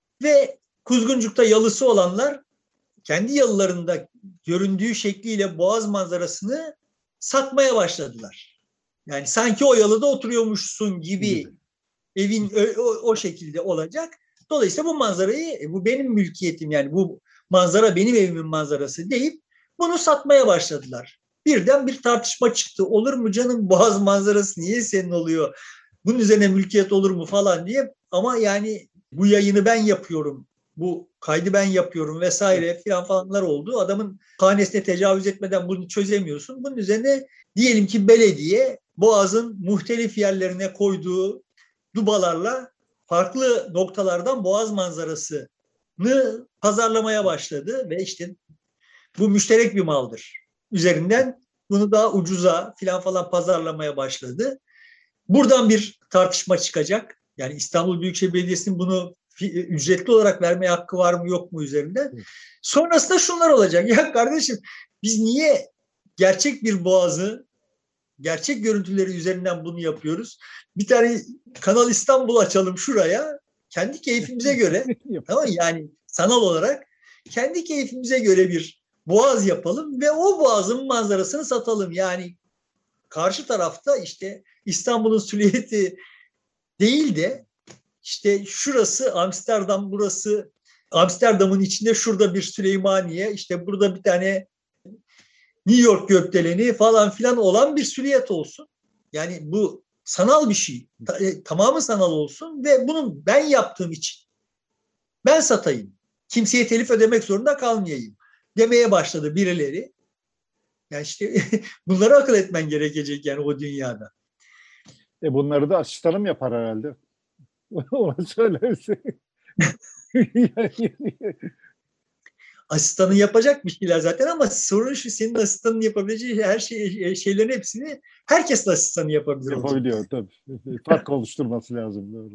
Ve Kuzguncuk'ta yalısı olanlar kendi yalılarında göründüğü şekliyle Boğaz manzarasını satmaya başladılar. Yani sanki o yalıda oturuyormuşsun gibi evin o şekilde olacak. Dolayısıyla bu manzarayı, bu benim mülkiyetim, yani bu manzara benim evimin manzarası deyip bunu satmaya başladılar. Birden bir tartışma çıktı. Olur mu canım, Boğaz manzarası niye senin oluyor? Bunun üzerine mülkiyet olur mu falan diye. Ama yani bu yayını ben yapıyorum, bu kaydı ben yapıyorum vesaire filan falanlar oldu. Adamın hanesine tecavüz etmeden bunu çözemiyorsun. Bunun üzerine diyelim ki belediye Boğaz'ın muhtelif yerlerine koyduğu dubalarla farklı noktalardan Boğaz manzarasını pazarlamaya başladı ve işte bu müşterek bir maldır. Üzerinden bunu daha ucuza filan falan pazarlamaya başladı. Buradan bir tartışma çıkacak. Yani İstanbul Büyükşehir Belediyesi'nin bunu ücretli olarak vermeye hakkı var mı yok mu üzerinden. Sonrasında şunlar olacak. Ya kardeşim, biz niye gerçek bir boğazı, gerçek görüntüleri üzerinden bunu yapıyoruz? Bir tane Kanal İstanbul açalım şuraya. Kendi keyfimize göre, tamam mı? Yani sanal olarak kendi keyfimize göre bir boğaz yapalım ve o boğazın manzarasını satalım. Yani karşı tarafta işte İstanbul'un silüeti değil de işte şurası Amsterdam, burası Amsterdam'ın içinde şurada bir Süleymaniye, işte burada bir tane New York gökdeleni falan filan olan bir silüet olsun. Yani bu sanal bir şey. Tamamı sanal olsun ve bunu ben yaptığım için ben satayım. Kimseye telif ödemek zorunda kalmayayım demeye başladı birileri. Yani işte bunları akıl etmen gerekecek yani o dünyada. Bunları da asistanım yapar herhalde. Ona söylersin. Asistanın yapacak bir şeyler zaten ama sorun şu, senin asistanın yapabileceği her şeylerin hepsini herkes de asistanı yapabilir olacak. Yapabiliyor tabii. Fark oluşturması lazım. Doğru.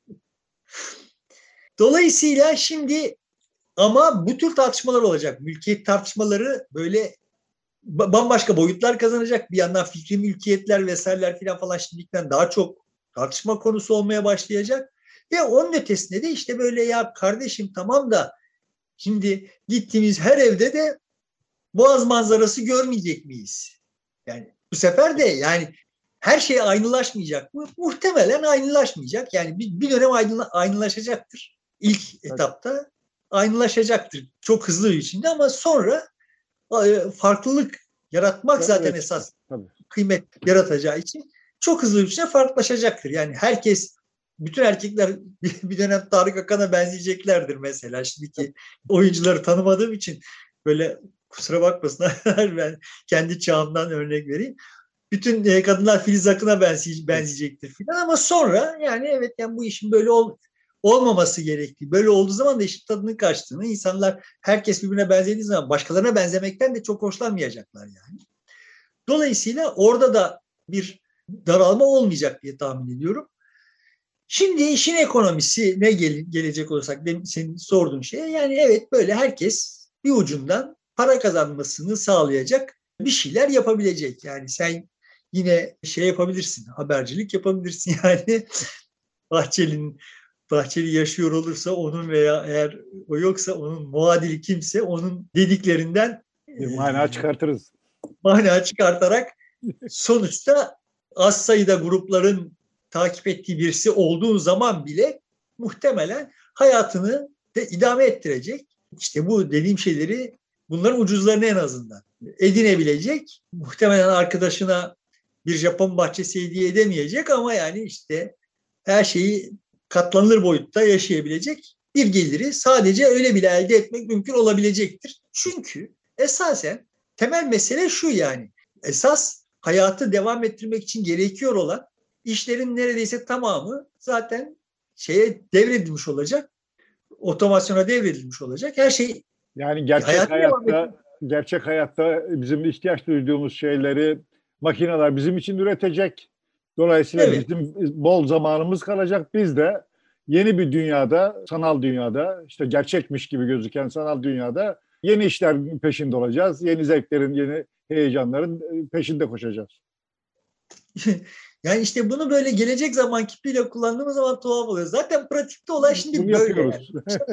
Dolayısıyla şimdi ama bu tür tartışmalar olacak. Mülkiyet tartışmaları böyle bambaşka boyutlar kazanacak. Bir yandan fikri mülkiyetler vesaireler filan falan şimdilikten daha çok tartışma konusu olmaya başlayacak. Ve onun ötesinde de işte böyle, ya kardeşim tamam da şimdi gittiğimiz her evde de Boğaz manzarası görmeyecek miyiz? Yani bu sefer de yani her şey aynılaşmayacak mı? Muhtemelen aynılaşmayacak. Yani bir dönem aynılaşacaktır. İlk etapta aynılaşacaktır. Çok hızlı bir biçimde ama sonra farklılık yaratmak zaten esas kıymet yaratacağı için çok hızlı bir biçimde farklılaşacaktır. Yani herkes, bütün erkekler bir dönem Tarık Akan'a benzeyeceklerdir mesela. Şimdiki oyuncuları tanımadığım için böyle kusura bakmasınlar, ben kendi çağımdan örnek vereyim. Bütün kadınlar Filiz Akın'a benzeyecektir filan ama sonra yani evet, yani bu işin böyle olmaması gerektiği, böyle olduğu zaman da işin tadının kaçtığını, insanlar herkes birbirine benzediği zaman başkalarına benzemekten de çok hoşlanmayacaklar yani. Dolayısıyla orada da bir daralma olmayacak diye tahmin ediyorum. Şimdi işin ekonomisine gelecek olursak, senin sorduğun şeye, yani evet, böyle herkes bir ucundan para kazanmasını sağlayacak bir şeyler yapabilecek. Yani sen yine şey yapabilirsin, habercilik yapabilirsin yani. Bahçeli yaşıyor olursa onun, veya eğer o yoksa onun muadili kimse onun dediklerinden Bir mana çıkartırız. Mana çıkartarak sonuçta az sayıda grupların takip ettiği birisi olduğu zaman bile muhtemelen hayatını de idame ettirecek. İşte bu dediğim şeyleri, bunların ucuzlarını en azından edinebilecek. Muhtemelen arkadaşına bir Japon bahçesi hediye edemeyecek ama yani işte her şeyi katlanılır boyutta yaşayabilecek bir geliri sadece öyle bile elde etmek mümkün olabilecektir. Çünkü esasen temel mesele şu, yani esas hayatı devam ettirmek için gerekiyor olan işlerin neredeyse tamamı zaten şeye devredilmiş olacak. Otomasyona devredilmiş olacak. Her şey Yani gerçek hayatta bizim ihtiyaç duyduğumuz şeyleri makineler bizim için üretecek. Dolayısıyla evet. bizim bol zamanımız kalacak. Biz de yeni bir dünyada, sanal dünyada, işte gerçekmiş gibi gözüken sanal dünyada yeni işler peşinde olacağız. Yeni zevklerin, yeni heyecanların peşinde koşacağız. Yani işte bunu böyle gelecek zaman kipiyle kullandığımız zaman tuhaf oluyor. Zaten pratikte olay şimdi Bunu böyle. yapıyoruz.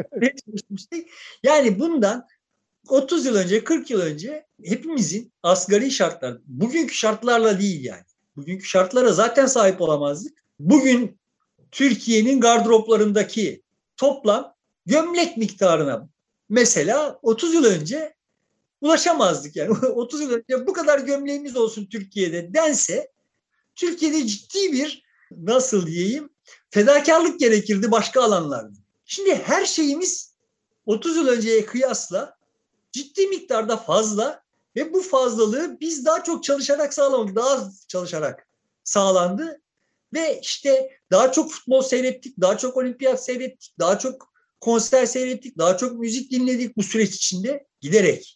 Yani bundan 30 yıl önce, 40 yıl önce hepimizin asgari şartlar, bugünkü şartlarla değil yani. Bugünkü şartlara zaten sahip olamazdık. Bugün Türkiye'nin gardıroplarındaki toplam gömlek miktarına mesela 30 yıl önce ulaşamazdık yani. 30 yıl önce bu kadar gömleğimiz olsun Türkiye'de dense, Türkiye'de ciddi bir, nasıl diyeyim, fedakarlık gerekirdi başka alanlarda. Şimdi her şeyimiz 30 yıl önceye kıyasla ciddi miktarda fazla ve bu fazlalığı biz daha çok çalışarak sağlamadık. Daha az çalışarak sağlandı ve işte daha çok futbol seyrettik, daha çok olimpiyat seyrettik, daha çok konser seyrettik, daha çok müzik dinledik bu süreç içinde giderek.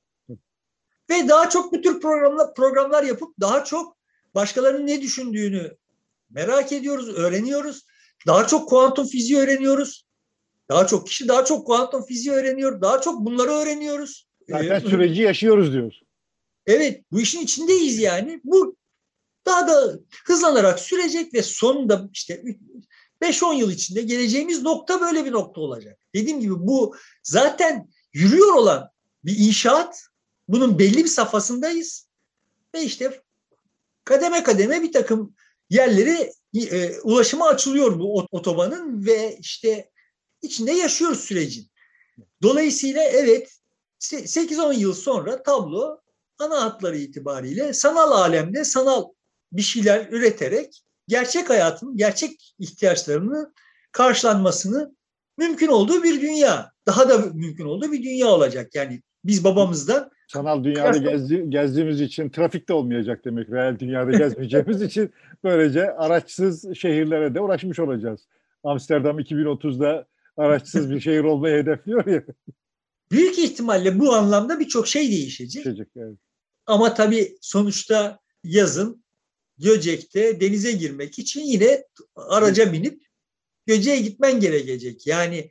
Ve daha çok bu tür programlar yapıp daha çok başkalarının ne düşündüğünü merak ediyoruz, öğreniyoruz. Daha çok kuantum fiziği öğreniyoruz. Daha çok kişi daha çok kuantum fiziği öğreniyor. Daha çok bunları öğreniyoruz. Zaten süreci yaşıyoruz diyoruz. Evet, bu işin içindeyiz yani. Bu daha da hızlanarak sürecek ve sonunda işte 5-10 yıl içinde geleceğimiz nokta böyle bir nokta olacak. Dediğim gibi bu zaten yürüyor olan bir inşaat. Bunun belli bir safhasındayız. Ve işte kademe kademe bir takım yerleri ulaşıma açılıyor bu otobanın ve işte içinde yaşıyoruz sürecin. Dolayısıyla evet, 8-10 yıl sonra tablo ana hatları itibariyle sanal alemde sanal bir şeyler üreterek gerçek hayatın, gerçek ihtiyaçlarını karşılanmasını mümkün olduğu bir dünya, daha da mümkün olduğu bir dünya olacak. Yani biz babamızdan sanal dünyada gezdiğimiz için trafik de olmayacak demek. Real dünyada gezmeyeceğimiz için böylece araçsız şehirlere de ulaşmış olacağız. Amsterdam 2030'da araçsız bir şehir olmayı hedefliyor ya. Büyük ihtimalle bu anlamda birçok şey değişecek. Evet. Ama tabii sonuçta yazın Göcek'te denize girmek için yine araca binip Göcek'e gitmen gerekecek. Yani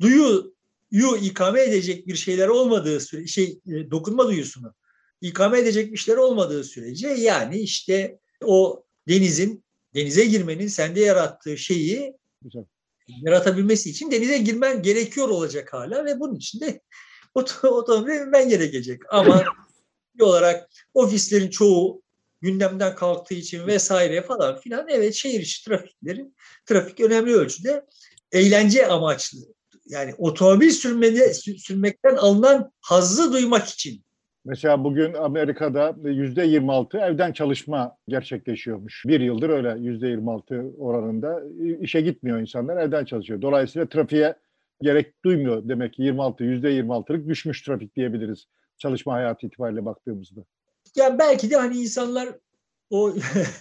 duyuyu ikame edecek bir şeyler olmadığı sürece, dokunma duyusunu ikame edecek bir şeyler olmadığı sürece, yani işte o denize girmenin sende yarattığı şeyi Güzel. yaratabilmesi için denize girmen gerekiyor olacak hala ve bunun için de otomobile binmen gerekecek. Ama olarak ofislerin çoğu gündemden kalktığı için vesaire falan filan, evet, şehir içi trafik önemli ölçüde eğlence amaçlı. Yani otomobil sürmekten alınan hazzı duymak için. Mesela bugün Amerika'da %26 evden çalışma gerçekleşiyormuş. Bir yıldır öyle %26 oranında işe gitmiyor insanlar, evden çalışıyor. Dolayısıyla trafiğe gerek duymuyor. Demek ki %26'lık düşmüş trafik diyebiliriz çalışma hayatı itibariyle baktığımızda. Yani belki de hani insanlar o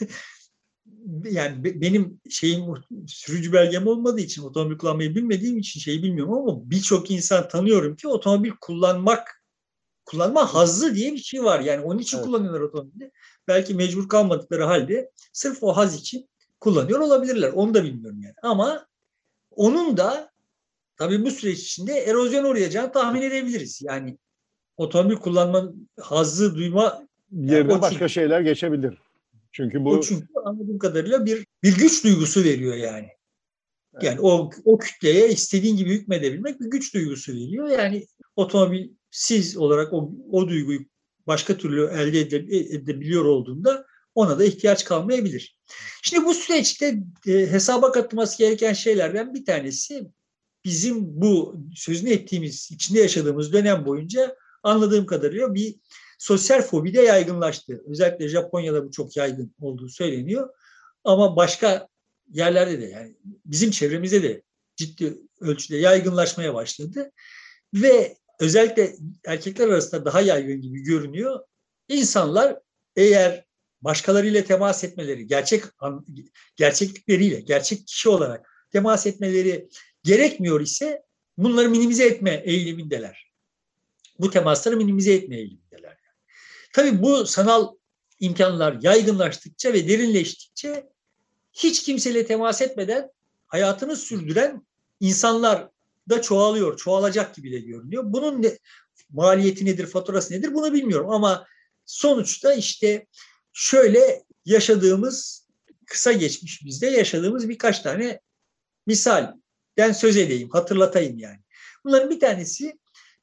yani benim sürücü belgem olmadığı için, otomobil kullanmayı bilmediğim için şeyi bilmiyorum ama birçok insan tanıyorum ki otomobil kullanma hazzı diye bir şey var. Yani onun için kullanıyorlar otomobili. Belki mecbur kalmadıkları halde sırf o haz için kullanıyor olabilirler. Onu da bilmiyorum yani. Ama onun da tabii bu süreç içinde erozyon uğrayacağını tahmin edebiliriz. Yani otomobil kullanma hazzı duyma yerine başka şeyler geçebilir. Çünkü anladığım kadarıyla bir güç duygusu veriyor yani. Yani o kütleye istediğin gibi hükmedebilmek bir güç duygusu veriyor. Yani otomobil siz olarak o duyguyu başka türlü elde edebiliyor olduğunda ona da ihtiyaç kalmayabilir. Şimdi bu süreçte hesaba katılması gereken şeylerden bir tanesi bizim bu sözünü ettiğimiz, içinde yaşadığımız dönem boyunca anladığım kadarıyla bir sosyal fobi de yaygınlaştı. Özellikle Japonya'da bu çok yaygın olduğu söyleniyor. Ama başka yerlerde de, yani bizim çevremizde de ciddi ölçüde yaygınlaşmaya başladı. Ve özellikle erkekler arasında daha yaygın gibi görünüyor. İnsanlar eğer başkalarıyla temas etmeleri, gerçeklikleriyle, gerçek kişi olarak temas etmeleri gerekmiyor ise bunları minimize etme eğilimindeler. Bu temasları minimize etme eğilimindeler. Tabii bu sanal imkanlar yaygınlaştıkça ve derinleştikçe hiç kimseyle temas etmeden hayatını sürdüren insanlar da çoğalıyor, çoğalacak gibi de görünüyor. Bunun maliyeti nedir, faturası nedir bunu bilmiyorum ama sonuçta işte şöyle yaşadığımız, kısa geçmişimizde yaşadığımız birkaç tane misalden söz edeyim, hatırlatayım yani. Bunların bir tanesi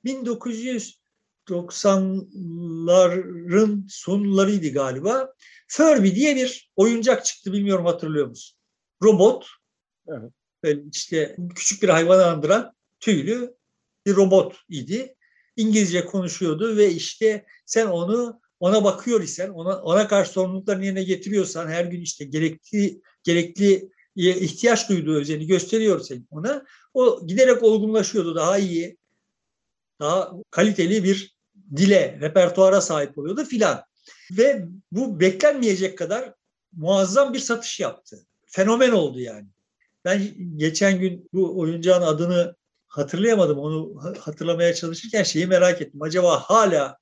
1990'ların sonlarıydı galiba. Furby diye bir oyuncak çıktı, bilmiyorum hatırlıyor musun? Robot. Evet. Böyle işte küçük bir hayvanı andıran tüylü bir robot idi. İngilizce konuşuyordu ve işte sen ona bakıyor isen, ona karşı sorumluluklarını yerine getiriyorsan, her gün işte gerekli ihtiyaç duyduğu özeni gösteriyorsan ona, o giderek olgunlaşıyordu. Daha iyi, daha kaliteli bir dile, repertuara sahip oluyordu filan. Ve bu beklenmeyecek kadar muazzam bir satış yaptı. Fenomen oldu yani. Ben geçen gün bu oyuncağın adını hatırlayamadım. Onu hatırlamaya çalışırken şeyi merak ettim. Acaba hala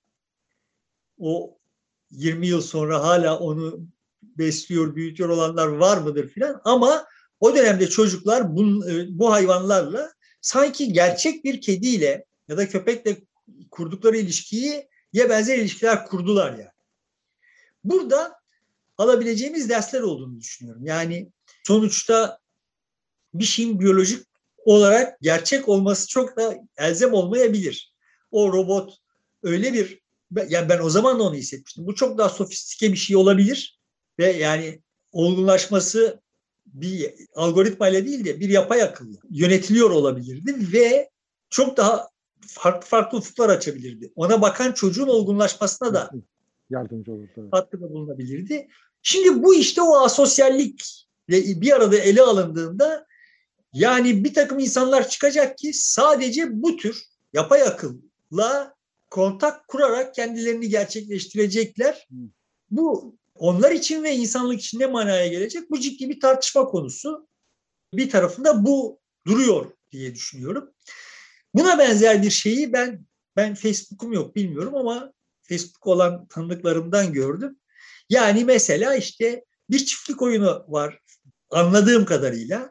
o 20 yıl sonra hala onu besliyor, büyütüyor olanlar var mıdır filan. Ama o dönemde çocuklar bu hayvanlarla sanki gerçek bir kediyle ya da köpekle kurdukları ilişkiye benzer ilişkiler kurdular yani. Burada alabileceğimiz dersler olduğunu düşünüyorum. Yani sonuçta bir şeyin biyolojik olarak gerçek olması çok da elzem olmayabilir. O robot öyle bir, yani ben o zaman da onu hissetmiştim. Bu çok daha sofistike bir şey olabilir ve yani olgunlaşması bir algoritmayla değil de bir yapay akılla yönetiliyor olabilirdi ve çok daha farklı ufuklar açabilirdi. Ona bakan çocuğun olgunlaşmasına da yardımcı olurdu. Katkıda bulunabilirdi. Şimdi bu işte o asosyallikle bir arada ele alındığında, yani bir takım insanlar çıkacak ki sadece bu tür yapay akılla kontak kurarak kendilerini gerçekleştirecekler. Bu onlar için ve insanlık için ne manaya gelecek? Bu ciddi bir tartışma konusu. Bir tarafında bu duruyor diye düşünüyorum. Buna benzer bir şeyi ben Facebook'um yok bilmiyorum ama Facebook olan tanıdıklarımdan gördüm. Yani mesela işte bir çiftlik oyunu var anladığım kadarıyla.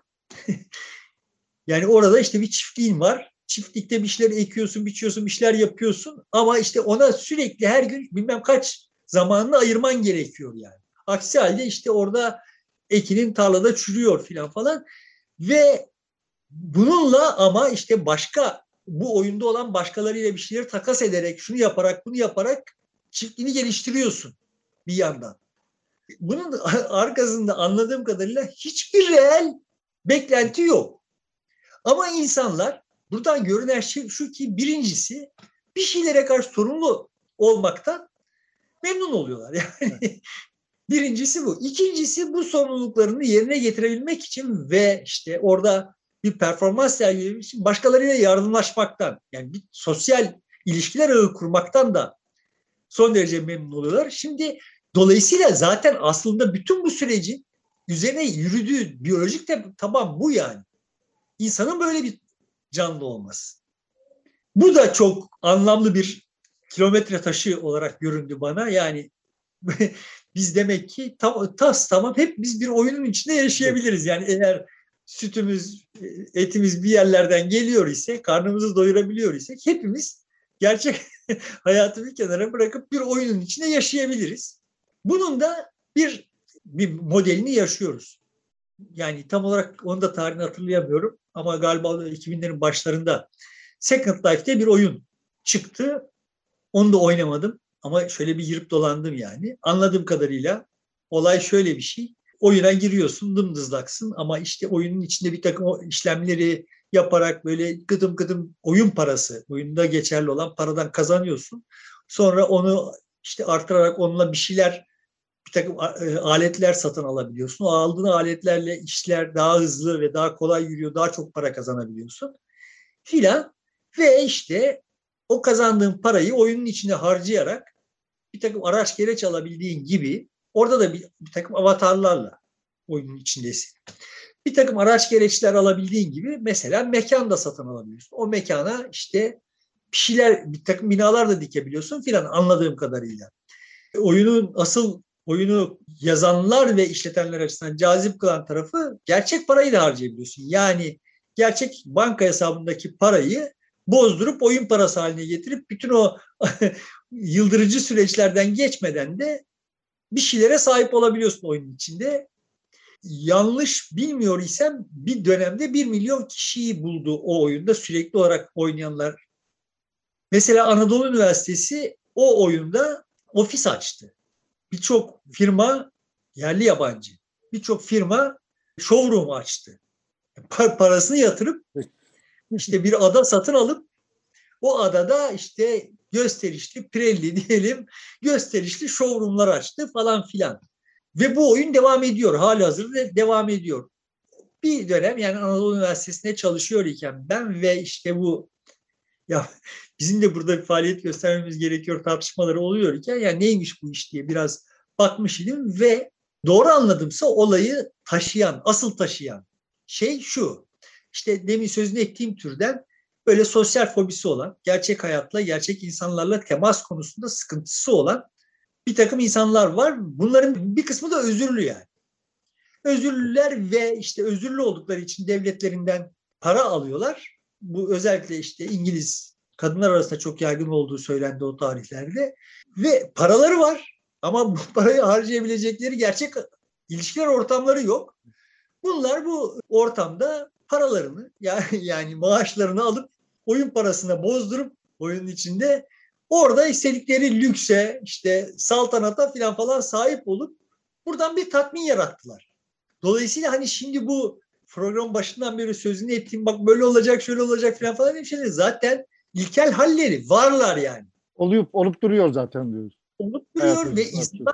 Yani orada işte bir çiftliğin var. Çiftlikte bir şeyler ekiyorsun, biçiyorsun, bir şeyler yapıyorsun. Ama işte ona sürekli her gün bilmem kaç zamanını ayırman gerekiyor yani. Aksi halde işte orada ekinin tarlada çürüyor filan falan. Ve bununla ama işte bu oyunda olan başkalarıyla bir şeyleri takas ederek, şunu yaparak, bunu yaparak çiftliğini geliştiriyorsun bir yandan. Bunun arkasında anladığım kadarıyla hiçbir reel beklenti yok. Ama insanlar, buradan görünen şey şu ki, birincisi bir şeylere karşı sorumlu olmaktan memnun oluyorlar. Yani birincisi bu. İkincisi, bu sorumluluklarını yerine getirebilmek için ve işte orada bir performans sergilemek için başkalarıyla yardımlaşmaktan, yani bir sosyal ilişkiler ağı kurmaktan da son derece memnun oluyorlar. Şimdi dolayısıyla zaten aslında bütün bu sürecin üzerine yürüdüğü biyolojik taban bu yani. İnsanın böyle bir canlı olması. Bu da çok anlamlı bir kilometre taşı olarak göründü bana. Yani biz demek ki tamam hep biz bir oyunun içinde yaşayabiliriz. Yani eğer sütümüz, etimiz bir yerlerden geliyor ise, karnımızı doyurabiliyor isek hepimiz gerçek hayatı bir kenara bırakıp bir oyunun içinde yaşayabiliriz. Bunun da bir modelini yaşıyoruz. Yani tam olarak onu da tarihini hatırlayamıyorum ama galiba 2000'lerin başlarında Second Life diye bir oyun çıktı. Onu da oynamadım ama şöyle bir yırıp dolandım yani. Anladığım kadarıyla olay şöyle bir şey. Oyuna giriyorsun, dımdızlaksın ama işte oyunun içinde bir takım işlemleri yaparak böyle gıdım gıdım oyun parası, oyunda geçerli olan paradan kazanıyorsun. Sonra onu işte artırarak onunla bir şeyler, bir takım aletler satın alabiliyorsun. O aldığın aletlerle işler daha hızlı ve daha kolay yürüyor, daha çok para kazanabiliyorsun filan. Ve işte o kazandığın parayı oyunun içinde harcayarak bir takım araç gereç alabildiğin gibi orada da bir takım avatarlarla oyunun içindesin. Bir takım araç gereçler alabildiğin gibi mesela mekan da satın alabiliyorsun. O mekana işte bir şeyler, bir takım binalar da dikebiliyorsun filan anladığım kadarıyla. Oyunu yazanlar ve işletenler açısından cazip kılan tarafı gerçek parayı da harcayabiliyorsun. Yani gerçek banka hesabındaki parayı bozdurup oyun parası haline getirip bütün o yıldırıcı süreçlerden geçmeden de bir şeylere sahip olabiliyorsun oyunun içinde. Yanlış bilmiyor isem bir dönemde 1 milyon kişiyi buldu o oyunda sürekli olarak oynayanlar. Mesela Anadolu Üniversitesi o oyunda ofis açtı. Birçok firma yerli yabancı, birçok firma showroom açtı. Parasını yatırıp işte bir ada satın alıp o adada işte gösterişli, Pirelli diyelim, gösterişli showroomlar açtı falan filan. Ve bu oyun devam ediyor. Halihazırda devam ediyor. Bir dönem yani Anadolu Üniversitesi'nde çalışıyor iken ben ve işte bu ya bizim de burada bir faaliyet göstermemiz gerekiyor tartışmaları oluyor iken yani neymiş bu iş diye biraz bakmış idim ve doğru anladımsa olayı taşıyan, asıl taşıyan şey şu. İşte demin sözünü ettiğim türden böyle sosyal fobisi olan, gerçek hayatla, gerçek insanlarla temas konusunda sıkıntısı olan bir takım insanlar var. Bunların bir kısmı da özürlü yani. Özürlüler ve işte özürlü oldukları için devletlerinden para alıyorlar. Bu özellikle işte İngiliz kadınlar arasında çok yaygın olduğu söylendi o tarihlerde. Ve paraları var ama bu parayı harcayabilecekleri gerçek ilişkiler ortamları yok. Bunlar bu ortamda paralarını yani maaşlarını alıp oyun parasına bozdurup oyunun içinde orada istedikleri lükse işte saltanata falan sahip olup buradan bir tatmin yarattılar. Dolayısıyla hani şimdi bu program başından beri sözünü ettiğim bak böyle olacak şöyle olacak falan bir şeyler zaten ilkel halleri varlar yani. Olup duruyor zaten diyoruz. Olup duruyor ve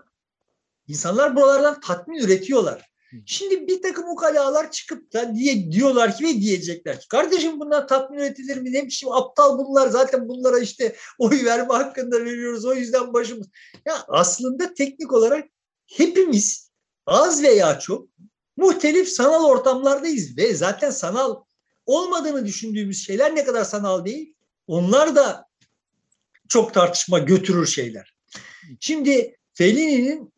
insanlar buralardan tatmin üretiyorlar. Şimdi bir takım ukalalar çıkıp da diyorlar ki ve diyecekler ki kardeşim bunlar tatmin üretilir mi? Ne biçim aptal bunlar zaten bunlara işte oy verme hakkında veriyoruz o yüzden başımız. Ya aslında teknik olarak hepimiz az veya çok muhtelif sanal ortamlardayız ve zaten sanal olmadığını düşündüğümüz şeyler ne kadar sanal değil onlar da çok tartışma götürür şeyler. Şimdi Fellini'nin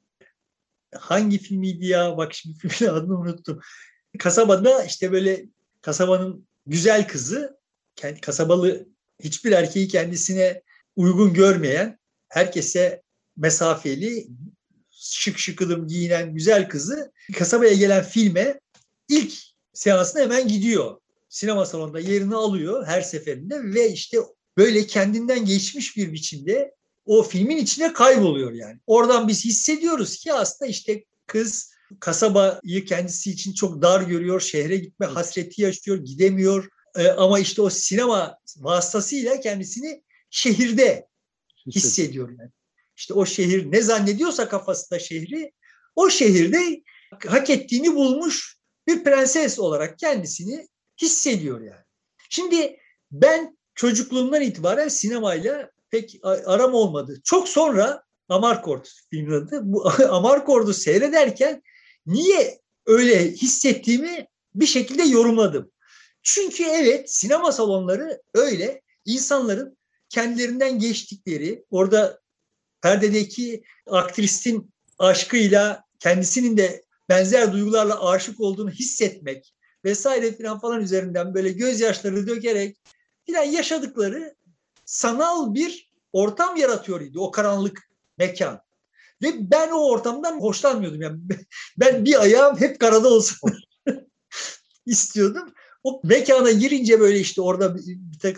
hangi filmiydi ya? Bak şimdi filmin adını unuttum. Kasabada işte böyle kasabanın güzel kızı, kasabalı hiçbir erkeği kendisine uygun görmeyen, herkese mesafeli, şık şıkıdım giyinen güzel kızı kasabaya gelen filme ilk seansına hemen gidiyor. Sinema salonunda yerini alıyor her seferinde ve işte böyle kendinden geçmiş bir biçimde o filmin içine kayboluyor yani. Oradan biz hissediyoruz ki aslında işte kız kasabayı kendisi için çok dar görüyor, şehre gitme hasreti yaşıyor, gidemiyor. Ama işte o sinema vasıtasıyla kendisini şehirde hissediyor yani. İşte o şehir ne zannediyorsa kafasında şehri, o şehirde hak ettiğini bulmuş bir prenses olarak kendisini hissediyor yani. Şimdi ben çocukluğumdan itibaren sinemayla pek aram olmadı. Çok sonra Amarcord filmin adı. Bu Amarcord'u seyrederken niye öyle hissettiğimi bir şekilde yorumladım. Çünkü evet sinema salonları öyle insanların kendilerinden geçtikleri, orada perdedeki aktristin aşkıyla kendisinin de benzer duygularla aşık olduğunu hissetmek vesaire falan üzerinden böyle gözyaşları dökerek filan yaşadıkları sanal bir ortam yaratıyor idi o karanlık mekan. Ve ben o ortamdan hoşlanmıyordum. Yani ben bir ayağım hep karada olsun istiyordum. O mekana girince böyle işte orada bir takım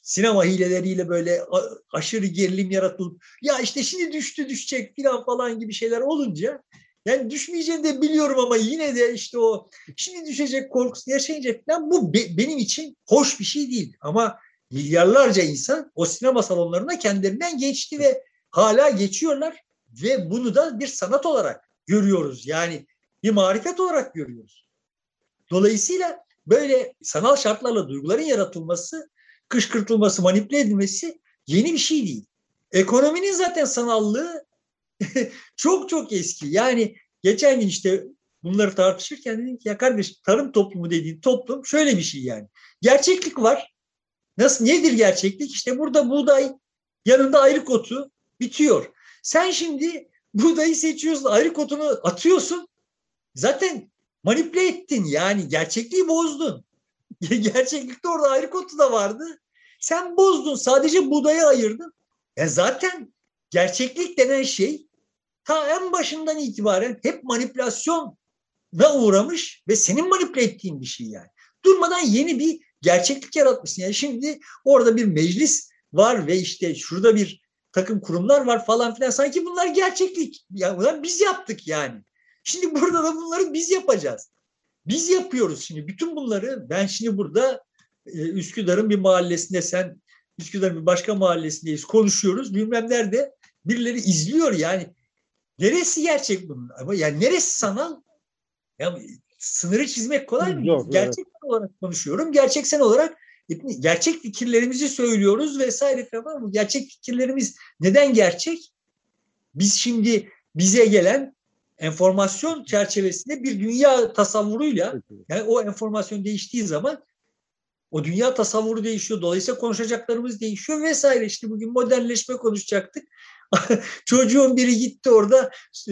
sinema hileleriyle böyle aşırı gerilim yaratılıp ya işte şimdi düşecek falan gibi şeyler olunca yani düşmeyeceğini de biliyorum ama yine de işte o şimdi düşecek korkusunu yaşayınca falan bu benim için hoş bir şey değil. Ama milyarlarca insan o sinema salonlarına kendilerinden geçti ve hala geçiyorlar ve bunu da bir sanat olarak görüyoruz. Yani bir marifet olarak görüyoruz. Dolayısıyla böyle sanal şartlarla duyguların yaratılması, kışkırtılması, manipüle edilmesi yeni bir şey değil. Ekonominin zaten sanallığı çok çok eski. Yani geçen gün işte bunları tartışırken dedim ki ya kardeş tarım toplumu dediğin toplum şöyle bir şey yani. Gerçeklik var. Nedir gerçeklik? İşte burada buğday, yanında ayrık otu bitiyor. Sen şimdi buğdayı seçiyorsun, ayrık otunu atıyorsun. Zaten manipüle ettin yani gerçekliği bozdun. Gerçeklikte orada ayrık otu da vardı. Sen bozdun, sadece buğdayı ayırdın. Zaten gerçeklik denen şey ta en başından itibaren hep manipülasyona uğramış ve senin manipüle ettiğin bir şey yani. Durmadan yeni bir gerçeklik yaratmışsın. Yani şimdi orada bir meclis var ve işte şurada bir takım kurumlar var falan filan. Sanki bunlar gerçeklik. Ya bunlar biz yaptık yani. Şimdi burada da bunları biz yapacağız. Biz yapıyoruz şimdi. Bütün bunları ben şimdi burada Üsküdar'ın bir mahallesinde sen Üsküdar'ın bir başka mahallesindeyiz. Konuşuyoruz. Bilmem nerede birileri izliyor yani. Neresi gerçek bunun? Ama yani neresi sanal? Ya sınırı çizmek kolay mı? Zor, evet. Gerçek olarak konuşuyorum. Gerçeksen olarak gerçek fikirlerimizi söylüyoruz vesaire falan. Bu gerçek fikirlerimiz neden gerçek? Biz şimdi bize gelen enformasyon çerçevesinde bir dünya tasavvuruyla yani o enformasyon değiştiği zaman o dünya tasavvuru değişiyor. Dolayısıyla konuşacaklarımız değişiyor vesaire. İşte bugün modernleşme konuşacaktık. Çocuğun biri gitti orada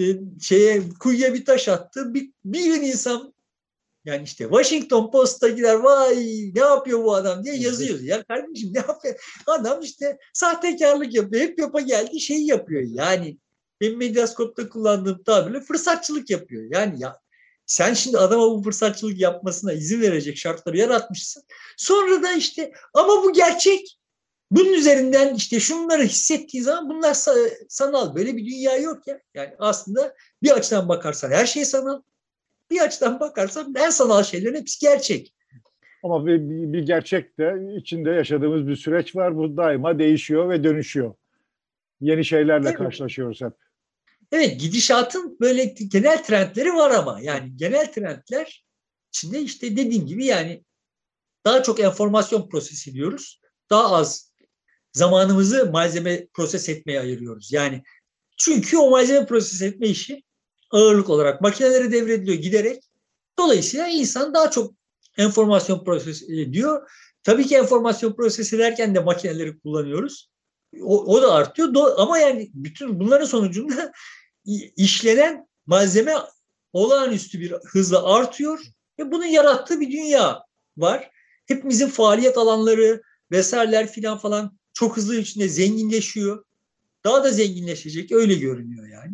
kuyuya bir taş attı. Bir insan yani işte Washington Post'a gider vay ne yapıyor bu adam diye yazıyor. Ya kardeşim ne yapıyor? Adam işte sahtekarlık yapıyor. Hep yapa geldiği şeyi yapıyor. Yani benim Medyaskop'ta kullandığım tabirle fırsatçılık yapıyor. Yani ya sen şimdi adama bu fırsatçılık yapmasına izin verecek şartları yaratmışsın. Sonra da işte ama bu gerçek. Bunun üzerinden işte şunları hissettiği zaman bunlar sanal. Böyle bir dünya yok ya. Yani aslında bir açıdan bakarsan her şey sanal. Bir açıdan bakarsan en sanal şeylerin hepsi gerçek. Ama bir gerçek de içinde yaşadığımız bir süreç var. Bu daima değişiyor ve dönüşüyor. Yeni şeylerle Evet. karşılaşıyoruz hep. Evet, gidişatın böyle genel trendleri var ama yani genel trendler içinde işte dediğim gibi yani daha çok enformasyon proses ediyoruz. Daha az zamanımızı malzeme proses etmeye ayırıyoruz. Yani çünkü o malzeme proses etme işi ağırlık olarak makinelere devrediliyor giderek. Dolayısıyla insan daha çok enformasyon proses ediyor. Tabii ki enformasyon proses ederken de makineleri kullanıyoruz. O da artıyor. Ama yani bütün bunların sonucunda işlenen malzeme olağanüstü bir hızla artıyor ve bunun yarattığı bir dünya var. Hepimizin faaliyet alanları vesaireler filan falan çok hızlı içinde zenginleşiyor. Daha da zenginleşecek öyle görünüyor yani.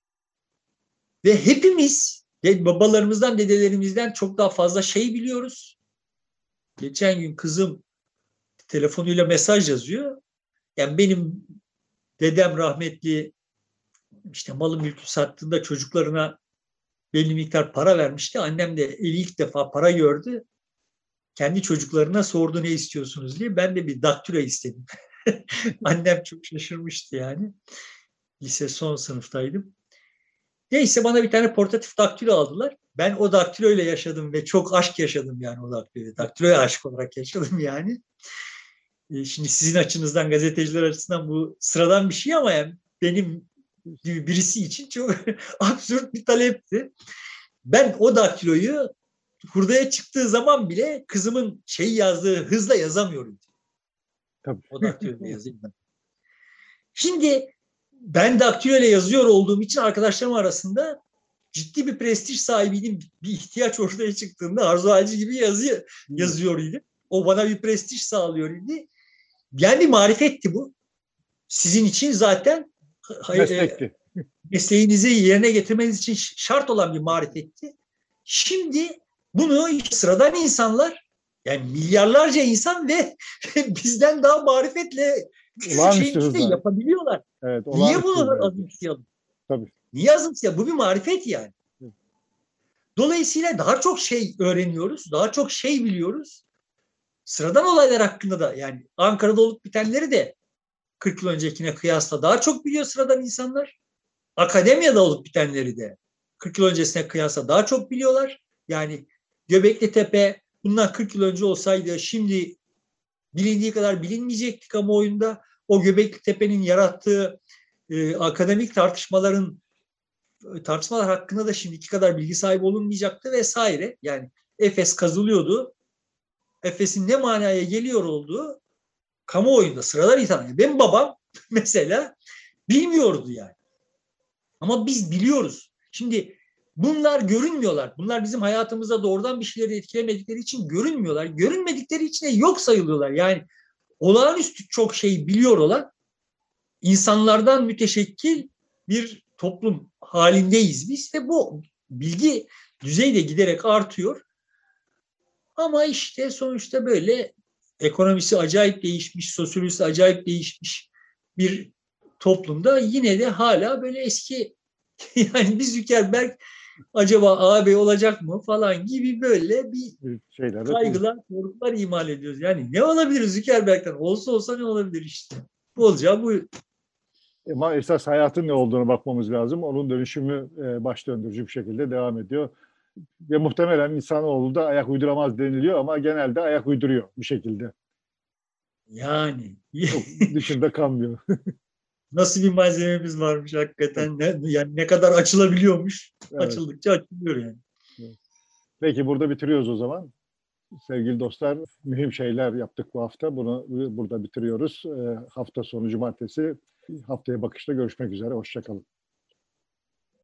Ve hepimiz babalarımızdan, dedelerimizden çok daha fazla şey biliyoruz. Geçen gün kızım telefonuyla mesaj yazıyor. Yani benim dedem rahmetli işte malı mülkü sattığında çocuklarına belli miktar para vermişti. Annem de ilk defa para gördü. Kendi çocuklarına sordu ne istiyorsunuz diye. Ben de bir daktilo istedim. Annem çok şaşırmıştı yani. Lise son sınıftaydım. Neyse bana bir tane portatif daktilo aldılar. Ben o daktilo ile yaşadım ve çok aşk yaşadım yani o daktiloya. Daktiloya aşık olarak yaşadım yani. Şimdi sizin açınızdan, gazeteciler açısından bu sıradan bir şey ama yani benim gibi birisi için çok absürt bir talepti. Ben o daktiloyu hurdaya çıktığı zaman bile kızımın yazdığı hızla yazamıyorum. Tabii. O daktiloyla yazayım ben. Şimdi ben daktilo ile yazıyor olduğum için arkadaşlarım arasında ciddi bir prestij sahibiydim. Bir ihtiyaç ortaya çıktığında Arzu Halci gibi yazıyor idim. O bana bir prestij sağlıyor idi. Yani bir marifetti bu. Sizin için zaten Meslekti. mesleğinizi yerine getirmeniz için şart olan bir marifetti. Şimdi bunu sıradan insanlar Yani milyarlarca insan ve bizden daha marifetle küçücük şeyin Olağanüstü içinde hızla. yapabiliyorlar. Evet, Niye olağanüstü hızla bunu yapıyor. azımsayalım? Tabii. Niye azımsayalım? Bu bir marifet yani. Dolayısıyla daha çok şey öğreniyoruz, daha çok şey biliyoruz. Sıradan olaylar hakkında da, yani Ankara'da olup bitenleri de 40 yıl öncekine kıyasla daha çok biliyor sıradan insanlar. Akademiyada olup bitenleri de 40 yıl öncesine kıyasla daha çok biliyorlar. Yani Göbekli Tepe bundan 40 yıl önce olsaydı şimdi bilindiği kadar bilinmeyecekti kamuoyunda. O Göbekli Tepe'nin yarattığı akademik tartışmalar hakkında da şimdiki kadar bilgi sahibi olunmayacaktı vesaire. Yani Efes kazılıyordu. Efes'in ne manaya geliyor olduğu kamuoyunda sıradan insan. Benim babam mesela bilmiyordu yani. Ama biz biliyoruz. Şimdi bunlar görünmüyorlar. Bunlar bizim hayatımızda doğrudan bir şeyleri etkilemedikleri için görünmüyorlar. Görünmedikleri için de yok sayılıyorlar. Yani olağanüstü çok şey biliyor olan insanlardan müteşekkil bir toplum halindeyiz biz ve bu bilgi düzeyi de giderek artıyor. Ama işte sonuçta böyle ekonomisi acayip değişmiş, sosyolojisi acayip değişmiş bir toplumda yine de hala böyle eski yani bir Zuckerberg acaba ağabey olacak mı falan gibi böyle bir Şeyler de kaygılar, korkular imal ediyoruz. Yani ne olabilir Zuckerberg'ten? Olsa olsa ne olabilir işte. Bu olacağı bu. ama esas hayatın ne olduğunu bakmamız lazım. Onun dönüşümü baş döndürücü bir şekilde devam ediyor. Ve muhtemelen insanoğlu da ayak uyduramaz deniliyor ama genelde ayak uyduruyor bir şekilde. Yani Çok dışında kalmıyor. nasıl bir malzememiz varmış Evet. hakikaten. Yani ne kadar açılabiliyormuş. Evet. Açıldıkça açılıyor yani. Peki burada bitiriyoruz o zaman. Sevgili dostlar, mühim şeyler yaptık bu hafta. Bunu burada bitiriyoruz. Hafta sonu cumartesi haftaya bakışta görüşmek üzere. Hoşça kalın.